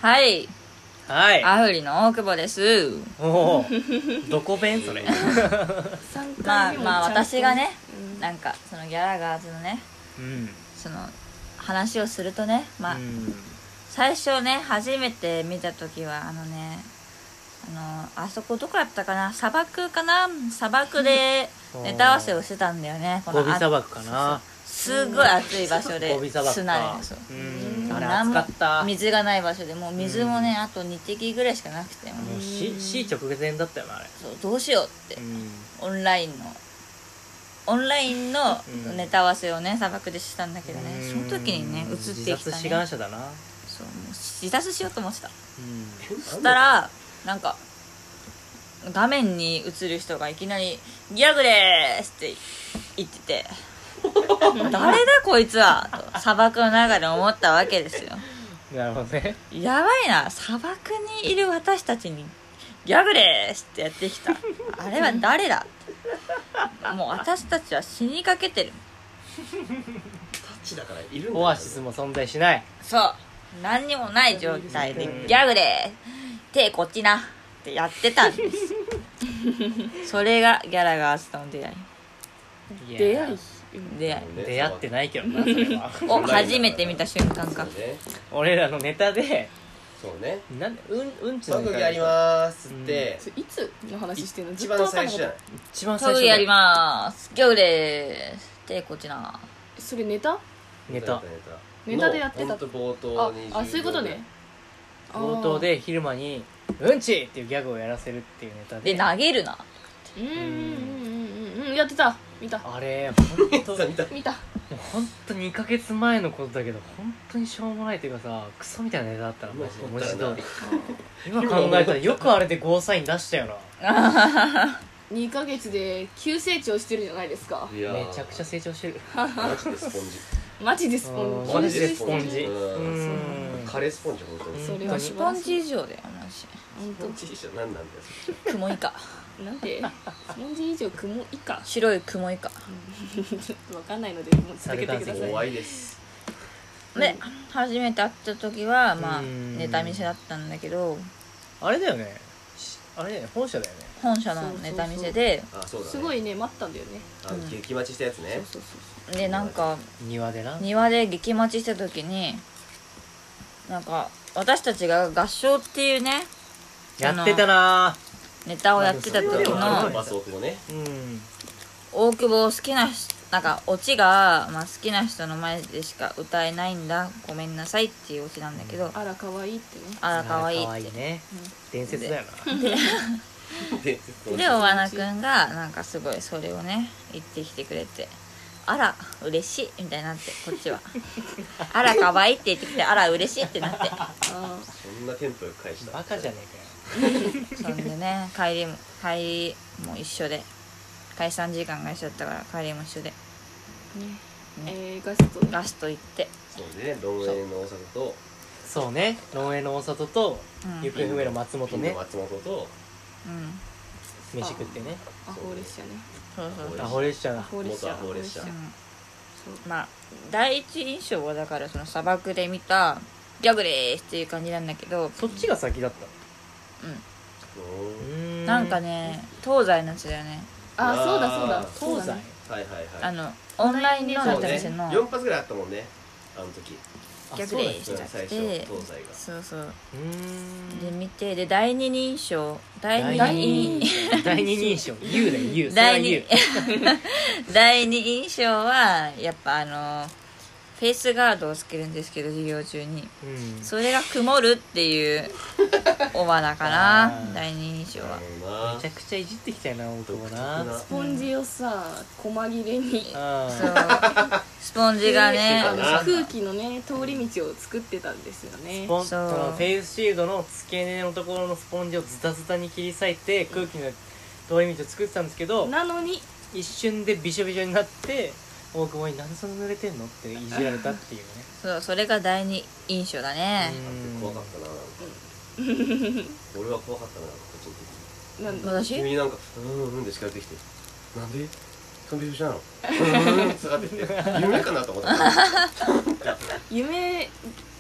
はいはい。 アフリの大久保ですおお。どこ弁それ。 さんまかいめもあまあちゃんと私がねうんなんかそのギャラガーズのねうん。 その話をするとねまあ、 うん最初ね初めて見た時はあのねあのあそこどこやったかな砂漠かな砂漠でネタ合わせをしてたんだよねこのゴビ砂漠かな。 すごい暑い場所でゴビ砂漠砂かでそう。 うん。あれなんも暑かった。も水がない場所でもう水もね、あとに滴ぐらいしかなくてもうう C C 直前だったよなあれ。 そうどうしようってうん。 オンラインのオンラインのうんネタ合わせをね砂漠でしたんだけどねうんその時にね映って自きた殺志ね願者だな。 そうもう自殺しようと思ってたうん。 そしたらなんか画面に映る人がいきなり「ギャグでーす!」って言ってて「誰だこいつは!」と砂漠の中で思ったわけですよ。 なるほどね。 やばいな砂漠にいる私たちに「ギャグでーす!」ってやってきたあれは誰だもう私たちは死にかけてる。 タッチだからいるんだよオアシスも存在しない。 そう何にもない状態でうんギャグで「手こっちな」ってやってたんですそれがギャラガーズとの出会いいや出会い出会い出会ってないけどなそれは。 を初めて見た瞬間かそうね俺らのネタでそうねなんでうんうんちのネタ特技やりまーすってそれいつの話してんの一番最初じゃない一番最初特技やりまーすギャグでーす手こっちなそれネタネタネタでやってたほんと冒頭あにじゅうびょあそういうことね冒頭で昼間に「うんち!」っていうギャグをやらせるっていうネタでで投げるなうんうんうんうんうんやってた見たあれ本当見た見た本当にかげつまえのことだけど本当にしょうもないっていうかさクソみたいなネタだったらマジで文字通り今考えたらよくあれでゴーサイン出したよな。 にかげつで急成長してるじゃないですかいやーめちゃくちゃ成長してる。 マジでスポンジマジでスポンジマジでスポンジううんんカレースポンジ本当にそれまあスは素晴らしいポンジ以上だよマジス本ポンジじゃ何なんだよ雲以下当なんでスポンジ以上雲以下白い雲以下ちょっとわかんないのでもう続けてください怖いですで初めて会った時はまあうんネタ見せだったんだけどあれだよねしあれだよね本社だよね。 本社のネタ見せであそうだねすごいね待ったんだよねあ激待ちしたやつねそうそうでなんか庭でな。 庭で激待ちした時になんか私たちが合唱っていうねやってたなネタをやってた時それはのバスオフのねうん大久保好きな人なんかオチが、まあ、好きな人の前でしか歌えないんだごめんなさいっていうオチなんだけど、 あら可愛いってねあらかわいいかわっていいね伝説だよな。 でで大和くんがなんかすごいそれをね言ってきてくれてあら嬉しいみたいになってこっちはあら可愛いって言ってきてあら嬉しいってなってあそんなテンポよく返したバカじゃねえかよ。 そんでね帰りも帰りも一緒で解散時間が一緒だったから帰りも一緒でーねねえーガストガスト行ってそうねロンウェイの大阪とそうねロンエの大里とうん行方不明の松本ねピンの松本とうん飯食ってね。 アホ列車ねそうそうそうアホ列車アだ。 ホ列車元アホ列車うんまあ第一印象はだからその砂漠で見たギャグでーすっていう感じなんだけど、 そっちが先だったううんの。 ん、なんかね東西のやつだよねあーそうだそうだあーそうだねはいはいはいあのオンラインのそうねネタ見せのよん発ぐらいあったもんねあの時ギャグでーすうんじゃな最初くて東西がそうそううーんで見てで第二人称第二第人二第二人称 U だよ U それは第 U 二第二印象はやっぱあのフェイスガードをつけるんですけど授業中にうんそれが曇るっていうオバだかあなー第二印象はなるめちゃくちゃいじってきたよな大久保独な特なスポンジをさ細切れにあそうスポンジがねあのあ空気のね通り道を作ってたんですよねスポンそうそのフェイスシールドの付け根のところのスポンジをズタズタに切り裂いて空気の通り道を作ってたんですけどなのに一瞬でびしょびしょになって大久保になんでそんな濡れてんのっていじられたっていうねそうそれが第二印象だねうん怖かったななんか俺は怖かったな個人的になんだ私急になんかうーんうんで近寄ってきてなんでそんなびしょなのうーんって下がってきて夢かなと思った夢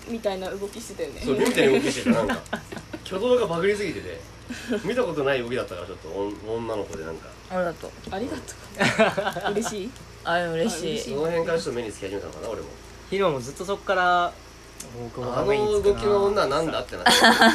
みたいな動きしてたよね。 そう竜みたいな動きしててなんか挙動がバグりすぎてて見たことない動きだったからちょっとお女の子でなんかありがとう。 ありがとう。嬉しい。 あれ嬉しい。 その辺からちょっと目につき始めたのかな俺も。 ヒロもずっとそっからあの動きの女はなんだってなって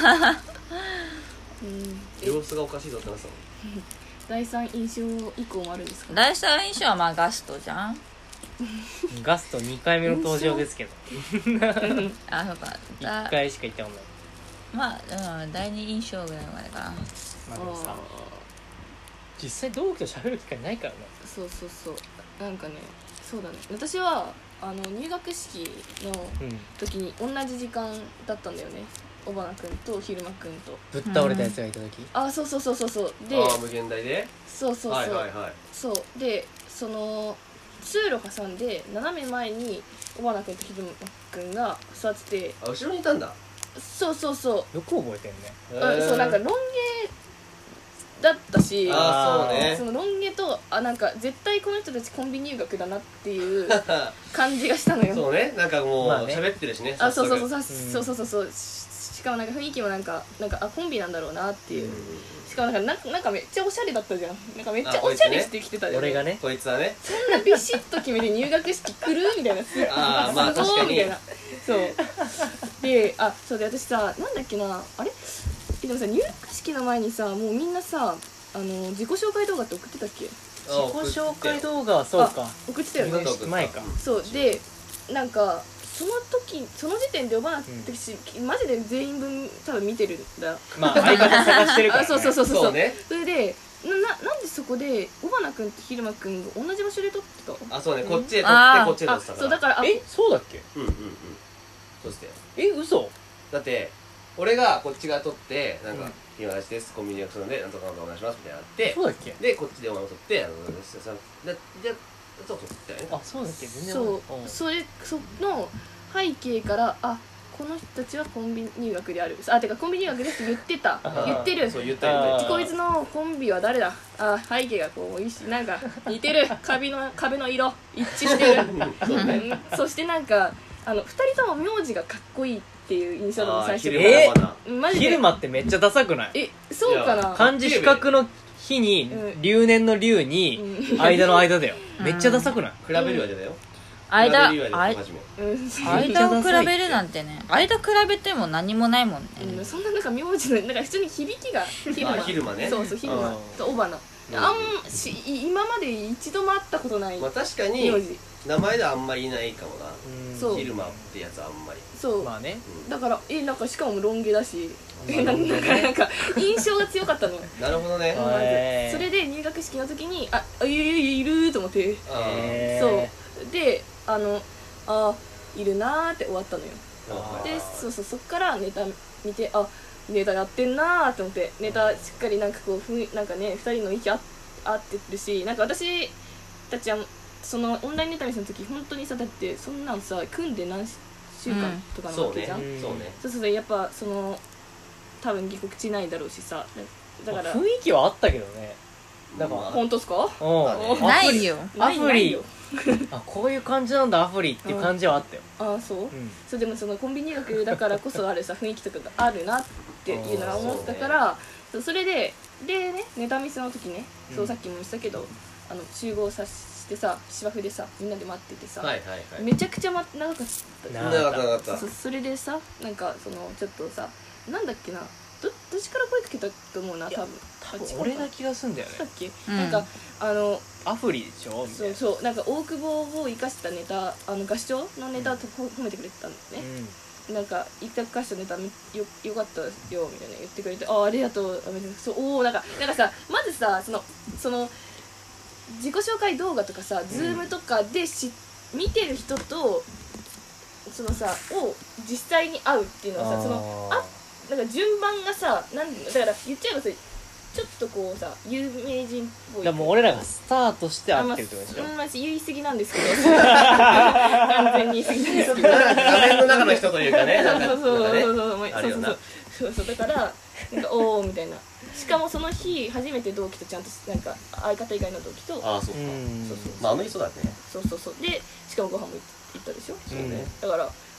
うん。 様子がおかしいぞってなってたもん。 第三印象以降もあるんですか？ 第三印象はまあガストじゃん。 ガストにかいめの登場ですけどあ、そうか。 いだっかいしか行ったことない。 まあ、うん、第二印象ぐらいまでかな。 まあでもさあ実際同期と喋る機会ないからね。 ーそうそうそう。なんかね、そうだね。私はあの入学式のうん時に同じ時間だったんだよね。尾花くんと昼間くんと。 ぶっ倒れたやつがいた時、 あ、そうそうそうそうそう。で、 ああ無限大でそうそうそう。 はいはいはいそうでその通路挟んで斜め前に尾花くんと昼間くんが座ってて、 あ後ろにいたんだ。 そうそうそうよく覚えてんね。 あそうなんかロン毛だったし、 あーそうねそのロン毛とあなんか絶対この人たちコンビ入学だなっていう感じがしたのよ。 そうねなんかもうまあね喋ってるしね。 あそうそうそう早そうそうそうそうそうししかもなんか雰囲気もなんかなんかあコンビなんだろうなっていう、 速しかもなんかなんかなんかめっちゃおしゃれだったじゃん。なんかめっちゃあおしゃれしてきてたじゃん。 俺がねこいつはね。 そんなビシッと決めて入学式来るみたいなすあーまあすご確かにいみたいなそうであそうで私さなんだっけなあれえでもさ入学式の前にさもうみんなさあの自己紹介動画って送ってたっけ？ 自己紹介動画はそうか送ってたよね。 前かそうでなんかその時その時点で呼ばなくてし、マジで全員分多分見てるんだ。 まあ相方探してるから、ね、 あそうそうそうそうそうね。 それでなななんでそこで尾花くんと昼間くんが同じ場所で撮ってた？ あそうねこっちへ撮あーってこっちへ撮あってたから。 そうだからあえそうだっけ？ うんうんうんそうしてえ嘘？ だって俺がこっち側撮ってなんかうん 「今話ですコンビニ役所なんでなんとかなんとかお願いします」みたいなのやってそうだっけ？ でこっちでお前を撮って「あのさででそう撮ってたよね。 あそうだっけ？全然そう覚えてないそれその背景からあこの人たちはコンビ入学であるあてかコンビ入学ですって言ってたあ言ってるそう言った言ったあー言ったこいつのコンビは誰だあ背景がこういいしなんか似てる壁の壁の色一致してるそうねうんそしてなんかあのふたりとも名字がかっこいいっていう印象だった最初昼え間だまだマジで昼間ってめっちゃダサくない？ えそうかな漢字四角の日にうん留年の留にうん間の間だようんめっちゃダサくない？ 比べるわけだよ。 間比べるわあいけ初めうん間を比べるなんてね間比べても何もないもんね。 うんそんななんか名字のなんか普通に響きが昼間あ昼間ねそうそう昼間うんと尾花うんあんし今まで一度も会ったことないまあ確かに名字名前ではあんまりいないかもな。 うんそう昼間ってやつはあんまり。 そうまあねだからえなんかしかもロン毛だしえなんまあロン毛ねかなんか印象が強かったのよなるほどね。 あへーそれで入学式の時にああいるいるいると思ってあへーそうであのあいるなーって終わったのよーでそうそうそっからネタ見てあネタやってんなーって思ってネタしっかりなんかこうふんなんかねふたりの息あ合ってるしなんか私たちはそのオンラインネタ見せの時本当にさだってそんなんさ組んで何週間とかなそうねわけじゃん、 うんそうね。 そうそうそうやっぱその多分ぎこちないだろうしさだから雰囲気はあったけどねだからまあ本当っすかうんまあねないよ。 アプリないよあこういう感じなんだアプリっていう感じはあったよああそう、 うんそうでもそのコンビニ学だからこそあるさ雰囲気とかがあるなっていうのが思ったからそうそれででねネタ見せの時ね、 うんそうさっきも言ったけどあの集合さしてさ芝生でさみんなで待っててさ、 はいはいはい。 めちゃくちゃ、ま、長かったじゃんな長かった長かったそ。それでさなんかそのちょっとさなんだっけなどどっちから声かけたと思うな多分多分あ違うか俺な気がすんだよねだっけ、 うんなんかあのアプリでしょみたそいうなそうなんか大久保を生かしたネタあの合唱のネタをほ褒めてくれてたんですね、なんか一択化したネタよよかったよみたいな言ってくれてああありがとうあめそうおおなんかなんかさまずさそのその自己紹介動画とかさ、ズームとかでし見てる人とそのさを実際に会うっていうのはさそのあなんか順番がさなんだから言っちゃえばさちょっとこうさ有名人っぽいだからもう俺らがスタートして会ってるってことでしょあんま言い過ぎなんですけど完全に言い過ぎなんですけど画面の中の人というかね。なんかそうそうそうなんかねそうそうあるよな。 そうそうだからなんかおおみたいなしかもその日初めて同期とちゃんとなんか相方以外の同期とああ、そっか。 うんそうそうまああの人だね。 そうそうそうでしかもご飯も行ったでしょ、 そうねだから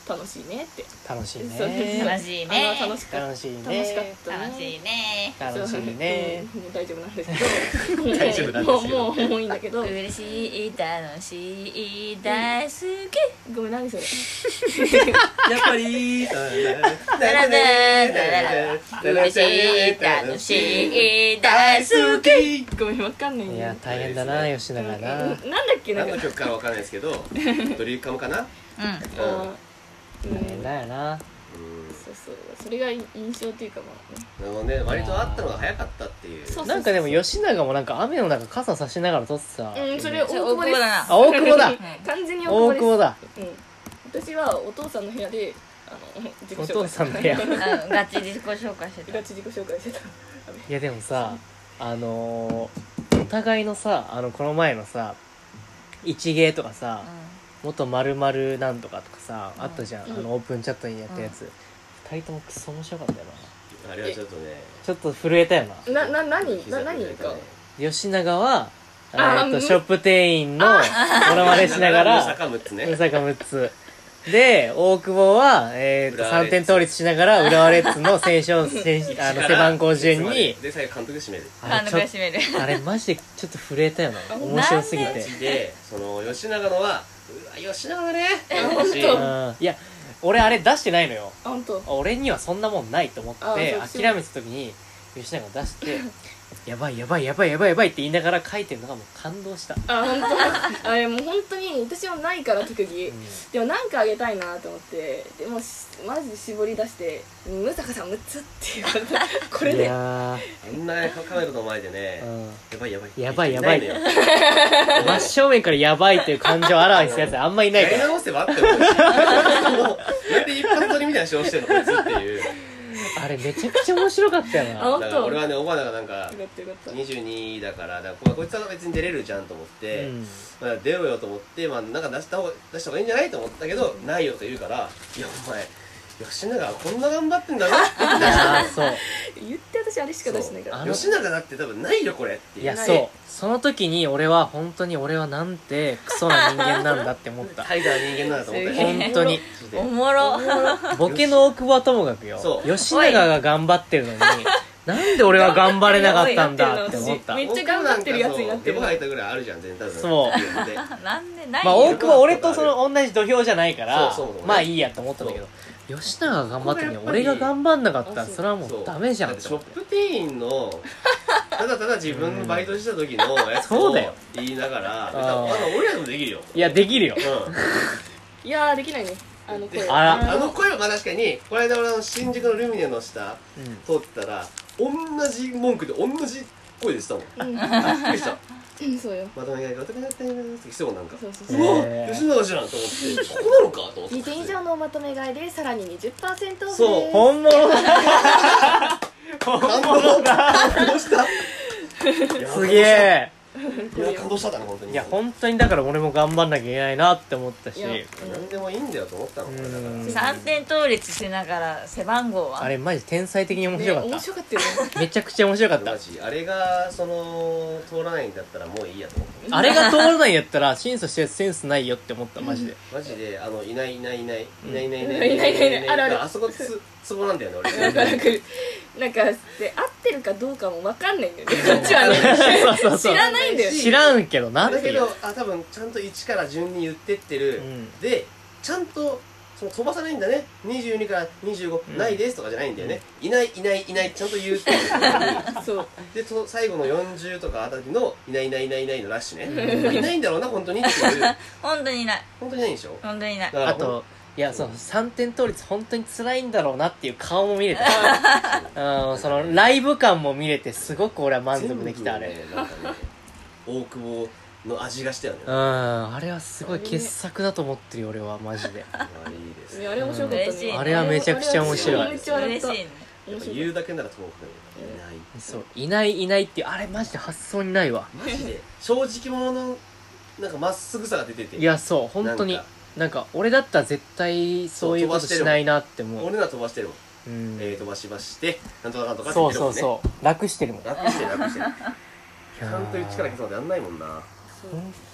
楽しいねって楽しいそうね楽しいねあの楽しかった楽しいね楽しかったね楽しいね楽しいねそうもう大丈夫なんですけど大丈夫なんですけどもうもうもういいんだけど嬉しい楽しい大好きごめん何それやっぱりダラダラダラ嬉しい楽しい大好きごめんわかんないんいだよや大変だな吉永ななんだっけなんか何の曲かわかんないですけどドリカムかな。 うんあーうん大変だよなうんそうそうそれが印象っていうかまあねでもね割とあったのが早かったっていう。 そうなんかでも吉永もなんか雨の中傘差しながら撮ってたうんそれ大それ久保です大久保だなあ大久保だ完全に大大久保久保だですうん私はお父さんの部屋であの自己紹介お父さんの部屋うんガチ自己紹介してたガチ自己紹介してたいやでもさあのー、お互いのさあのこの前のさ一芸とかさ元〇〇なんとかとかさ、あったじゃん、 うんあのオープンチャットにやったやつ、二人ともクソ面白かったよな。 あれはちょっとねちょっと震えたよな。 な、な、何な、何か吉永はえあむーっとショップ店員のモノマネしながら坂むっつねうさかむっつで大久保は、えー、っと浦和レッズさんてん倒立しながら浦和レッズの選手選手あの背番号順にで最後監督締める監あれちょっ督が閉めるあれマジでちょっと震えたよな面白すぎてでその吉永のはうわ吉永だね本当うんいや俺あれ出してないのよあ、ほんと俺にはそんなもんないと思ってあそう諦めてた時に吉永が出してやばいやばいやばいやばいやばいって言いながら書いてるのがもう感動した、 あ、ほんとあれもう本当に私もないから特技うんでもなんかあげたいなと思ってでもしマジで絞り出して「むさかさんむっつ」っていうこれいでやーあんなカメラの前でねうんやばいやばいやばいやばいないのよ真正面からやばいっていう感情をあらわにするやつあんまいないからやり直せばあってももうなんで一発撮りみたいな顔してんのこいつっていうあれめちゃくちゃ面白かったよなあ本当だから俺はねおばあがなんかよかったよかったにじゅうにだからだからこいつは別に出れるじゃんと思って、 うんまあ、出ようよと思って、まあ、なんか出した方が出した方がいいんじゃないと思ったけどないよと言うからいやお前吉永はこんな頑張ってんだろって言って出したあーそう言って私あれしか出してないからあの吉永だって多分ないよこれっていういやそうその時に俺は本当に俺はなんてクソな人間なんだって思った怠惰な人間なんだと思ったすげえ本当におもろボケの大久保はともかくよそう吉永が頑張ってるのになんで俺は頑張れなかったんだって思っためっちゃ頑張ってるやつになってるデボ吐いたぐらいあるじゃん全然多分そうでなんでないまあよ大久保俺とその同じ土俵じゃないからそうそうそうまあいいやと思ったんだけど吉永が頑張ってるのに俺が頑張んなかったらそれはもうダメじゃんだってショッって思ってプ店員のただただ自分のバイトした時のやつをそうだよ言いながらあー多分あの俺らでもできるよいやできるようんいやーできないねあの声あらあの声はまあ確かにこの間俺の新宿のルミネの下うん通ってたら同じ文句で同じ声でしたもんうんびっくりしたうんそうよまとめがいがお得になったよって来そうなんかそうそうそううわへー吉永じゃんと思ってここなのかと思ってにてん以上のおまとめ買いでさらに にじゅっパーセント オフですそう本物だ感動感動したすげえいや感動したんだね本当にいや本当にだから俺も頑張んなきゃいけないなって思ったしいや何でもいいんだよと思ったの俺だからうんさんてん倒立しながら背番号はあれマジ天才的に面白かっね面白かったよねためちゃくちゃ面白かったマジあれがその通らないんだったらもういいやと思ったあれが通らないんやったら審査してるセンスないよって思ったマジでマジであのいないいないいないいないいないいないいないいないいないあるあるあそこつツボなんだよね俺わかるわかるなんかで合ってるかどうかも分かんないんだよねこっちはねそうそうそう知らないんだよ知らんけどなっていうだけどあ多分ちゃんといちから順に言ってってる、 うんでちゃんとその飛ばさないんだねにじゅうにからにじゅうご、 うんないですとかじゃないんだよね、いないいないいないちゃんと言うっていうそうでその最後のよんじゅうとかあたりのいないいないいないいないのラッシュね、いないんだろうな本当にっていう本当にいない本当にないんでしょ本当にいないだからあといやそのさんてん倒立本当に辛いんだろうなっていう顔も見れたうんそのライブ感も見れてすごく俺は満足できたあれ、 全部ねなんかね大久保の味がしたよね、 うんあれはすごい傑作だと思ってるよ俺はマジであいいですねいやあれ面白かった嬉しいねあれはめちゃくちゃ面白いめっちゃ笑った嬉しいねやっぱ面白い言うだけならともかくいないそういないいないっていうあれマジで発想にないわマジで正直者のなんかまっすぐさが出てていやそう本当になんかなんか俺だったら絶対そういうことしないなって思う俺ら飛ばしてるもん、 うんえー、飛ばしましてなんとかなんとかってそう言ってるもんねそうそう楽してるもん楽してる楽してるいやーちゃんと力消すまでやんないもんなほん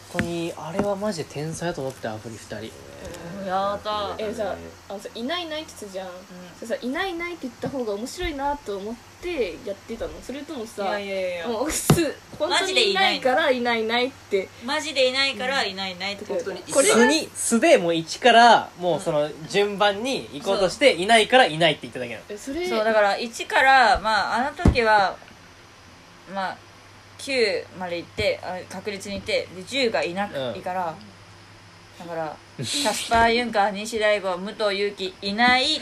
当にあれはマジで天才だと思ったアフリふたり。 やだえさあのさいないいないって言ってたじゃん、それさいないいないって言った方が面白いなと思ってやってたの？それともさ、 いやいやいやもうす本当にいないからいないいないってマジでいないからいないいないって本当にこれ素に素でもう一からもうその順番に行こうとしていないからいないって言っただけなの。 えそれそうだからいちからまああの時はまあきゅうまで行ってあ確率にいてでじゅうがいなくいから、だからキャスパー・ユンカー、西大吾、武藤勇樹いない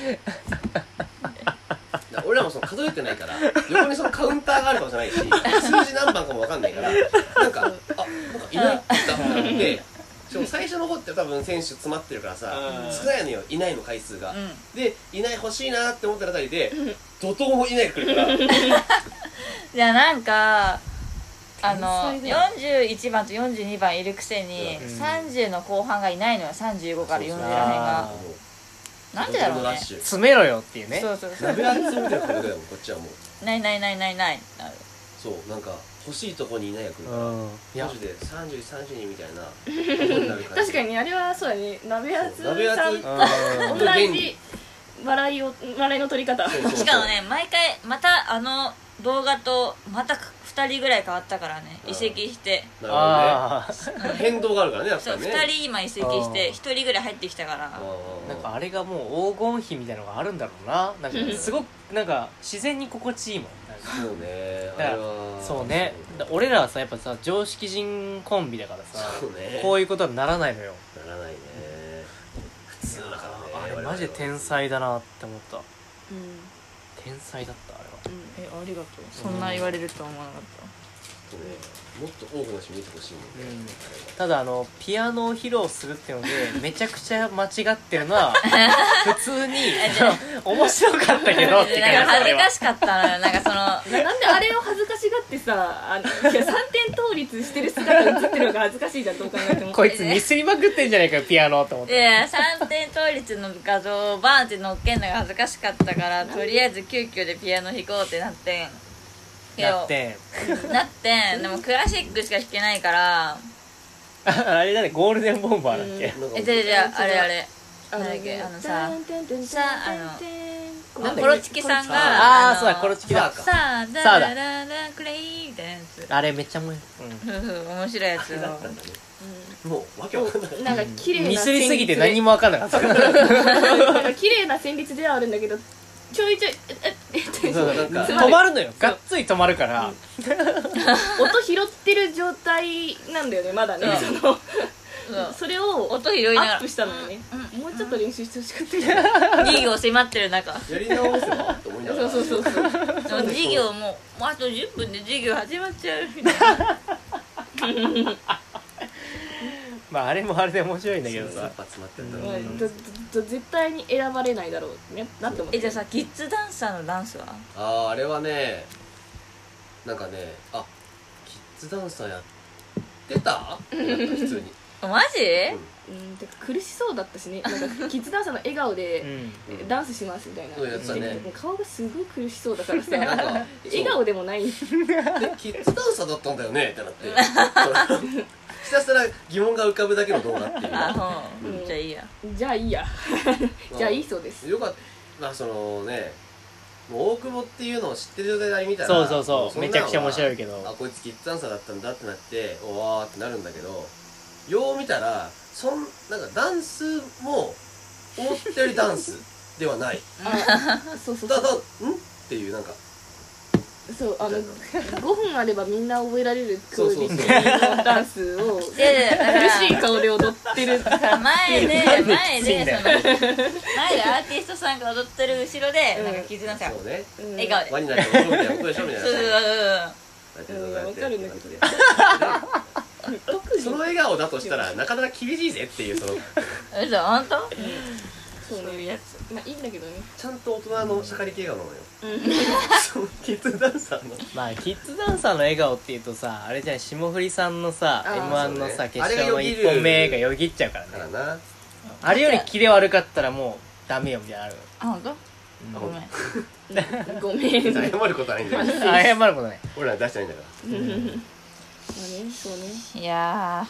俺らもその数えてないから横にそのカウンターがあるかもしれないし数字何番かも分かんないからなんかあなんかいないって言ったってなってしかも最初の方って多分選手詰まってるからさ少ないのよいないの回数が、 うんでいない欲しいなって思ったあたりで怒涛もいないが来るからじゃあなんかあの天才だよよんじゅういちばんとよんじゅうにばんいるくせに、 うんさんじゅうの後半がいないのよ。さんじゅうごからよんじゅうらへんがあなんでだろうね。 詰めろよっていうね。 そうそうそう鍋厚みたいな感じだよこっちはもうないないないないないなるそうなんか欲しいとこにいないが来るからうん。いやマジでさんじゅう、さんじゅうにみたいなことになる感じ確かにあれはそうだね鍋厚そう鍋厚さんうんと同じ笑いを笑いの取り方そうそうそうしかもね毎回またあの動画とまたふたりぐらい変わったからね、 うん移籍してなあるほどね変動があるからねやっぱそうりねふたり今移籍してうんひとりぐらい入ってきたからああ。 ーなんかあれがもう黄金比みたいなのがあるんだろうな。なんかすごくなんか自然に心地いいもん。なんかそうねあだかられはそうね。だ俺らはさやっぱさ常識人コンビだからさそうねこういうことはならないのよ。 ならないね普通だからねあれマジで天才だなって思った。 うん天才だったあれは。 うんえありがとうそんな言われるとは思わなかっそうねもっと多くの人見てほしいもんねうんただあのピアノを披露するっていうのでめちゃくちゃ間違ってるのは普通に面白かったけどってたなんか感じ恥ずかしかったのよなんかそのななんであれを恥ずかしがってさあのいやさんてん倒立してる姿映ってるのが恥ずかしいじゃんどう考えてもこいつミスりまくってんじゃないかよピアノと思って。 いやさんてん倒立の画像をバーンって乗っけんのが恥ずかしかったからとりあえず急遽でピアノ弾こうってなってんけどだってなってんでもクラシックしか弾けないからあれだねゴールデンボンバーだっけ、 なんかえじゃあじゃああれあれあなんだっけあのさささあのなんだっけコロチキさんがのあーそうだコロチキだささあダさあだラララクレイみたいなやつあれめっちゃもう、うん、 ふふ面白いやつをだったんだねもうわけわかんないなんか綺麗なミスりすぎて何もも分かんなかったなんか綺麗な旋律ではあるんだけどちょいちょいえええそうなんか止まるのよがっつり止まるから、 音拾ってる状態なんだよねまだねうんそのそうそれを音拾いながらアップしたのよねうんもうちょっと練習してほしかったけど授業迫ってる中やり直せばって思いながらそうそうそうそうでも授業ももうあとじゅっぷんで授業始まっちゃうみたいなまああれもあれで面白いんだけどさそうやっぱ詰まってんだろまあうねどど絶対に選ばれないだろうねなって思ってえじゃあさキッズダンサーのダンスはあーあれはねなんかねあキッズダンサーやってたなんか普通にマジうんてか苦しそうだったしねなんかキッズダンサーの笑顔でうんうんダンスしますみたいなそうやってたねもう顔がすごい苦しそうだからさなんか笑顔でもないでキッズダンサーだったんだよねってなってそうひたすら疑問が浮かぶだけの動画っていうあほうんんじゃあいいやじゃあいいやじゃあいいそうですよかったまあそのねもう大久保っていうのを知ってる状態であれ見たらそうそうそうんなのはめちゃくちゃ面白いけどあこいつキッズダンサーだったんだってなっておわーってなるんだけどよう見たらそんなんかダンスも思ったよりダンスではないあそうそうだそうだんっていうなんかそうあのごふんあればみんな覚えられるクオリテそうそうィのダンスをいやいやだから苦しい顔で踊ってるだから前でなんで前きついんだよでその前でアーティストさんが踊ってる後ろでうんなんかキッズダンサーそうねうん笑顔で輪になって踊るみたいなことでしょみたいなそうそうそうやってるうんやってわかるんだけど特にその笑顔だとしたらなかなか厳しいぜっていうそのそう嘘本当そうそういうねやつまあいいんだけどねちゃんと大人のしゃかり系顔なのようんそうキッズダンサーのまあキッズダンサーの笑顔っていうとさあれじゃん霜降りさんのさあーエムワン のさそうね決勝のいっぽんめがよぎっちゃうからねからなあれよりキレ悪かったらもうダメよみたいなのあるあ本当うんごめんごめんまあね謝ることはないんだよ謝ることない俺ら出してないんだかそうねいや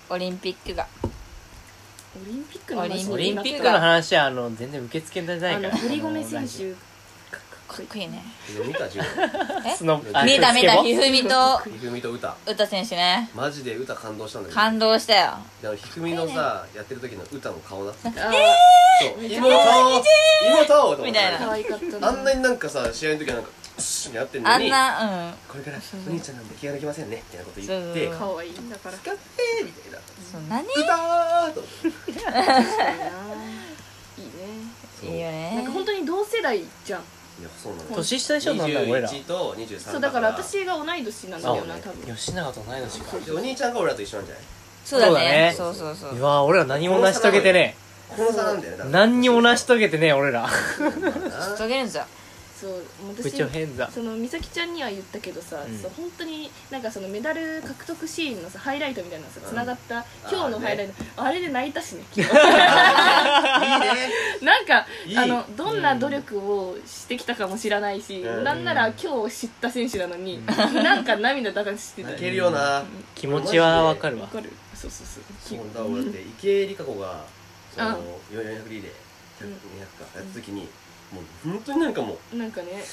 オリンピックがオリンピックの話オリンピックの話はあの全然受け付けないからあの堀米選手かっこいいね。 見た自分えスノあ見た見た、 スケボーひふみとひふみと歌歌選手ね。 マジで歌感動したんだけど感動したよ。 であのひふみのさやってる時の歌の顔なそうあ妹妹と思ってみたいな可愛かったなあんなになんかさ試合の時はなんかシッやってんのにあんな、うん。 これからお兄ちゃんなんで気が抜きませんねみたいなこと言ってそうそう可愛いんだから使ってみたいなそう、何歌ーと思って確かにないいねそういいよなんかね。 本当に同世代じゃんいやそうなのよ年下でしょなんだ俺らにじゅういちとにじゅうさんそうだから私が同い年なんだよなあ多分吉永と同い年かでお兄ちゃんが俺らと一緒なんじゃないそうだね。 そそうそうそうう。わ俺ら何も成し遂げてねこの差なんだよね多分何にも成し遂げてね俺らまあな遂げるんですよ。 そう部私長変だその美咲ちゃんには言ったけどさ、 うんそう本当になんかそのメダル獲得シーンのさハイライトみたいなのさうんつながった今日のハイライトあ,、れで泣いたしねいいねなんかいいあのどんな努力をしてきたかも知らないし、 うんなんなら今日知った選手なのに、なんか涙流してた泣けるよな気持ちはわかるわわかるそうそうそうそうだ俺だって池江璃花子がそのあよんひゃくリレーひゃく、にひゃくかやった時にもう本当になんかもうなんかね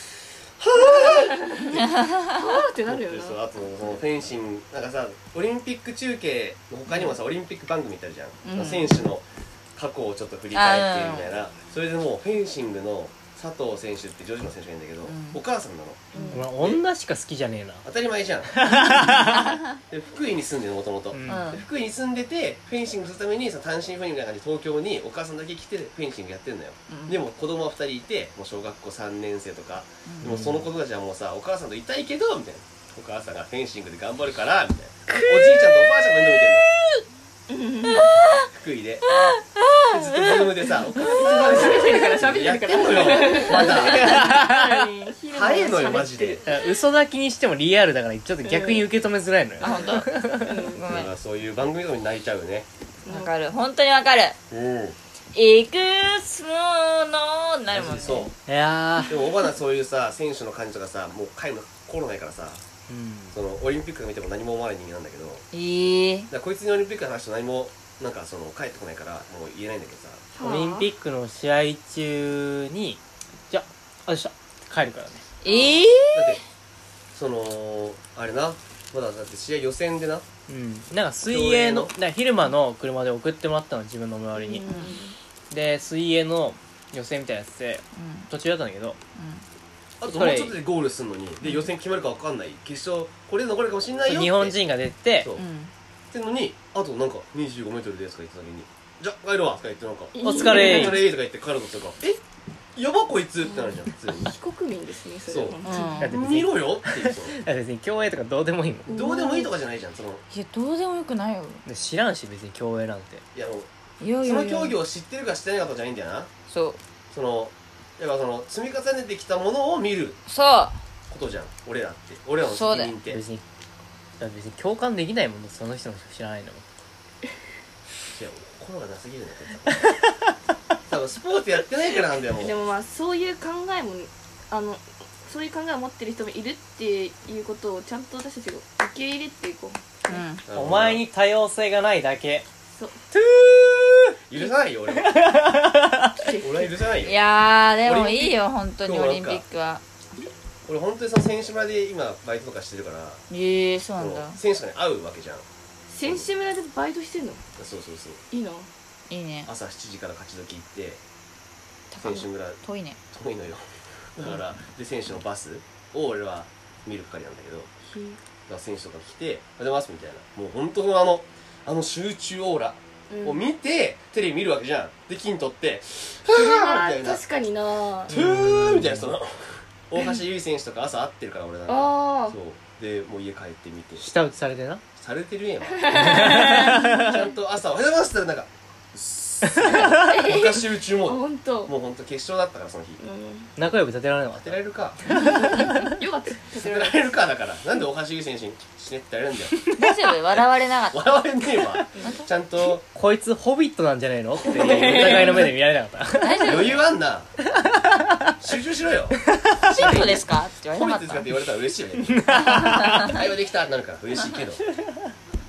はぁってなるよなそうあとそのフェンシングなんかさオリンピック中継の他にもさオリンピック番組ってあるじゃん、 うん選手の過去をちょっと振り返ってみたいなそれでもうフェンシングの佐藤選手って女子の選手がいるんだけど、 んお母さんなのお前女しか好きじゃねえな当たり前じゃんで福井に住んでるもともとうんうん福井に住んでてフェンシングするためにその単身赴任みたいな感じで東京にお母さんだけ来てフェンシングやってるのよ、 うんでも子供はふたりいてもう小学校さんねん生とか、 うんでもその子たちはもうさお母さんといたいけどみたいなお母さんがフェンシングで頑張るからみたいなおじいちゃんとおばあちゃんが面倒見てんの福井ででずっと子供でさお母さん喋ってるから喋ってやるからってんのよまだ早早いのよマジで嘘だきにしてもリアルだからちょっと逆に受け止めづらいのよあ、本当。ごめん。 だからそういう番組とかに泣いちゃうよねわかる。本当にわかる。 うんいくつものなるもんね。 そういやでも小花そういうさ選手の感じとかさもう帰るの心ないからさーうんそのオリンピック見ても何も思わない人間なんだけどだかいい。 らこいつにオリンピックの話と何もなんかその帰ってこないからもう言えないんだけどさオリンピックの試合中にじゃあよっしゃ帰るからねええだってそのあれなまだだって試合予選でなうんなんか水泳の競泳のだから昼間の車で送ってもらったの自分の周りに、で水泳の予選みたいなやつで途中だったんだけどあともうちょっとでゴールするのにで予選決まるか分かんない決勝これで残れるかもしれないよって日本人が出てそううん。うん。 ってんのにあとなんかにじゅうごメートルですとか言ってた時にじゃあ帰るわとか言ってなんかお疲れお疲れとか言って帰るのとかえやばこいつってなるじゃん普通に非国民ですねそれはそう本当にだって別に見ろよっていうそだって別に競泳とかどうでもいいもんのどうでもいいとかじゃないじゃんそのいや、どうでもよくないよ。 で知らんし別に競泳なんていやもういやいやいや。 その競技を知ってるか知ってないかとかじゃないんだよなそう。 そのやっぱその積み重ねてきたものを見るそう。 ことじゃん俺らって俺らの責任って別にだって別に共感できないもんねその人の知らないのもいや心がなすぎるねこいつは多分スポーツやってないからなんだよもうでもまあそういう考えもあのそういう考えを持ってる人もいるっていうことをちゃんと私たちが受け入れていこううん。 なるほどお前に多様性がないだけそう許さないよ俺は俺は許さないよいやー、でもオリンピックいいよ、本当にオリンピックは。 俺本当にその選手村で今バイトとかしてるからええ、そうなんだ。 その選手とかに会うわけじゃん選手村でバイトしてんのそうそうそういいないいね。 朝しちじから勝ち時行って高い選手村遠いね。 遠いのよだからで選手のバスを俺は見る係なんだけどだから選手とか来て「おはようございます」みたいなもう本当のあのあの集中オーラを見て、テレビ見るわけじゃんで金取って「はぁー」みたいな「 確かになあトゥー」みたいなその大橋悠依選手とか朝会ってるから俺なんかあそうでもう家帰ってみて舌打ちされてなされてるやんちゃんと朝「おはようございます」って言ったらなんかうっすー昔集中モード本当もう本当決勝だったからその日う仲良く立てられなかっ当てられるかんよかった当てられるかだからなんで大橋悠依選手に死ねってやれるんだよ大丈夫笑われなかった。 笑われねえわちゃんとたこいつホビットなんじゃねえのっていうお互いの目で見られなかった大丈夫余裕あんな集中しろよシンプですかって言わ褒れなかっためて使って言われたら嬉しいよね会話できたってなるから嬉しいけど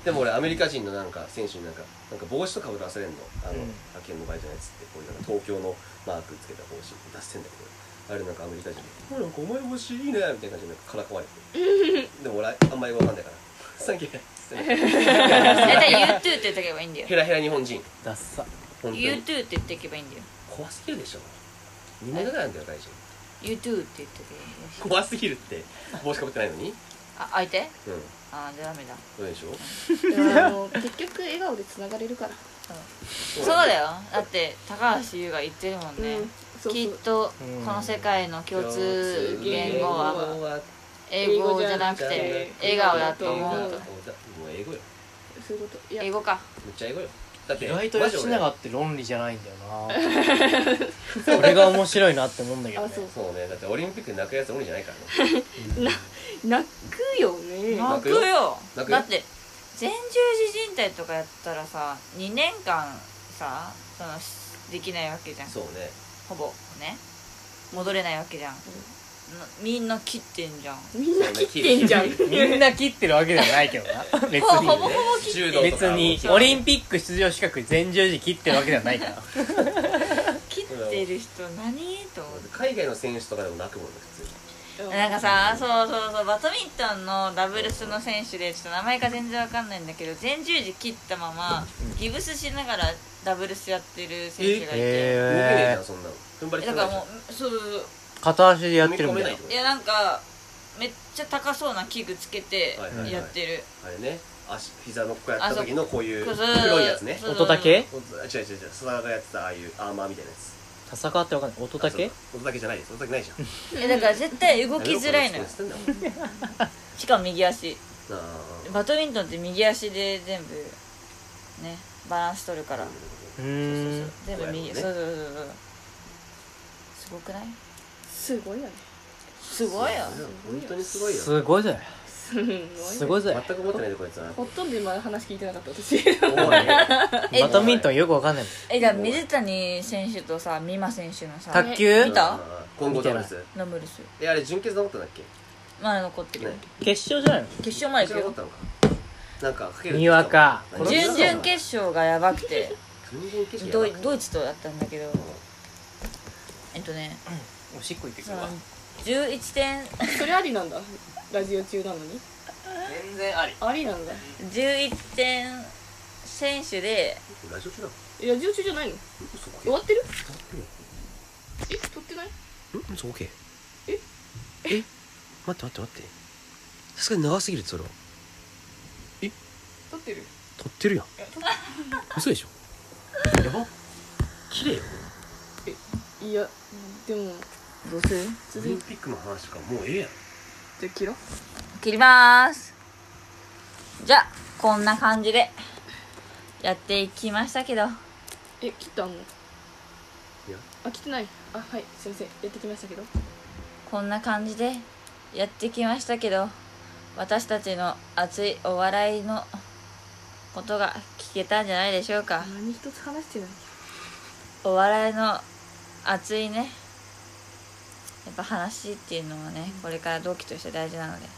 でも俺アメリカ人のなんか選手になんかなんか帽子とかぶらされんの、あのうん派遣のバイトのやつってこういうなんか東京のマークつけた帽子出してんだけど、あれなんかアメリカ人に「なんかお前帽子いいね」みたいな感じでなんかからかわれてでも俺あんまりわかんないから「サンキュー」 大体 ユートゥー って言っておけばいいんだよ。 ヘラヘラ日本人ダッサ。 本当にユートゥー って言っておけばいいんだよ。 怖すぎるでしょ。二年ぐらいなんだよ外人。 ユートゥー って言っておけばいいよ。 怖すぎるって帽子かぶってないのに。 あ、相手？ うんあー、じゃあダメだ。 そうでしょ。 でもあの結局笑顔でつながれるからそうだよ。だって高橋優が言ってるもんね。 うんそうそうきっとこの世界の共通言語は英語じゃなくて笑顔だと思うと。 もう英語よ。 そういうこといや英語か。 めっちゃ英語よ。だって意外と吉永って論理じゃないんだよな。それが面白いなって思うんだけどね。 あそうそうね。だってオリンピックで泣くやつ多いんじゃないからね。 泣くよね泣く泣くよよ。 泣くよだって前十字靭帯とかやったらさにねんかんさそのできないわけじゃん。 そうね。 ほぼね戻れないわけじゃん。なみんな切ってんじゃん。 みんな切ってんじゃんみんな切ってるわけではないけどな。別ほほぼほに。 ぼ切って柔道別にオリンピック出場資格全十字切ってるわけではないから。 切ってる人何と思って。 海外の選手とかでも泣くもんね普通に。 なんかさ、そうそうそう、バドミントンのダブルスの選手でちょっと名前が全然わかんないんだけど全十字切ったままギブスしながらダブルスやってる選手がいて、 動けねえじゃへんそんなの。踏ん張りだからも効かないじゃん。 うそうそうそう、 片足でやってるみたいな。 踏み込めないいやなんかめっちゃ高そうな器具つけてはいはいはいやってる。 あれね、足膝のこうやった時のこういうそうそう黒いやつね。 そう音だけ？ お違う違う違う、須田がやってたああいうアーマーみたいなやつ。 戦ってわかんない。音だけ？ あそう音だけじゃないです。音だけないじゃん。 えだから絶対動きづらいのよ。 やめろこれ知ってんだもんしかも右足。 なあバドミントンって右足で全部ねバランス取るから。 うそうそうーんそう。全部右。 こうやるのねそうそうそうそう。すごくない？ すごいよねすごいよ。 本当にすごいよ。 すごいぜ。 すごいねすごいぜ。 全く思ってないでこいつは。 ほとんど今話聞いてなかった私おいえバドミントンよくわかんないもん。 えじゃあ水谷選手とさ美誠選手のさ卓球見た今後ダブルス。 ダブルスえあれ準決残ったんだっけ？ まだ残ってるよ、 ね決勝じゃないの？ 決勝まで行くよ。 決勝残ったのか。なんかかける。 にわか何準々決勝がやばくて準々決勝ドイやばくてドイツとだったんだけどえっとねおしっこ行ってくそのるわ。 じゅういってんそれありなんだラジオ中なのに全然あり。 ありなんだじゅういってん選手でラジオ中だ。 いやラジオ中じゃないの嘘か。 終わってる撮ってるよ。 え撮ってないんそう OK。 ええ待って待って待って。さすがに長すぎるそれは。 撮ってる撮ってるやん。 いや撮っ嘘でしょ。やば。綺麗よ。 いやでもどうするオリンピックの話とかもうええやん。 じゃあ切ろう切りまーす。じゃあこんな感じでやっていきましたけどえ切ったのいやあ切ってないあはいすいませんやってきましたけどこんな感じでやってきましたけど私たちの熱いお笑いのことが聞けたんじゃないでしょうか。 何一つ話してないお笑いの熱いねやっぱ話っていうのはねこれから同期として大事なのでは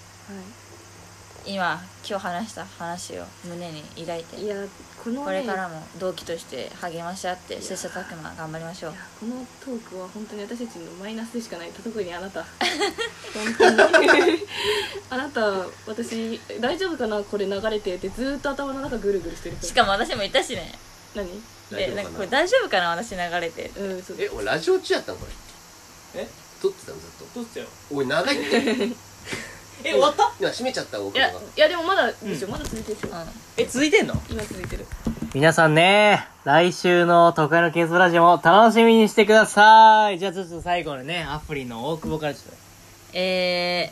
今今日話した話を胸に抱いいいてやこのねこれからも同期として励まし合って切磋琢磨頑張りましょういや。このトークは本当に私たちのマイナスでしかない特にあなた本当にあなた私大丈夫かなこれ流れてってずーっと頭の中ぐるぐるしてるからしかも私も言ったしね何でなんかこれ大大丈夫かな私流れてうんそうえ俺ラジオ中やったんこれ。 え撮ってたのずっと。 どうしたよ。 おい長いって。 え、終わった？ 今閉めちゃった僕いやが。 いやでもまだでしょ、まだ続いてるでしょ、 うんえ、続いてんの？ 今続いてる皆さんね、来週の都会のケンスラジオも楽しみにしてください。じゃあちょっと最後のね、アプリの大久保からちょっと。 え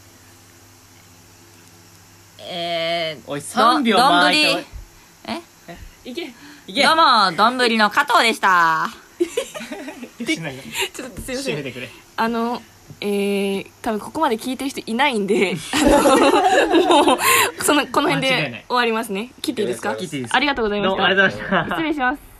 ーえーおい、さんびょうど回んぶりいえいけいけどうもどんぶりの加藤でしたしないよちょっとすいません締めてくれ。 あのえー、多分ここまで聞いてる人いないんであのもうそのこの辺間違いないで終わりますね切っていいですか切っていいですありがとうございましたどうもありがとうございました。 失礼します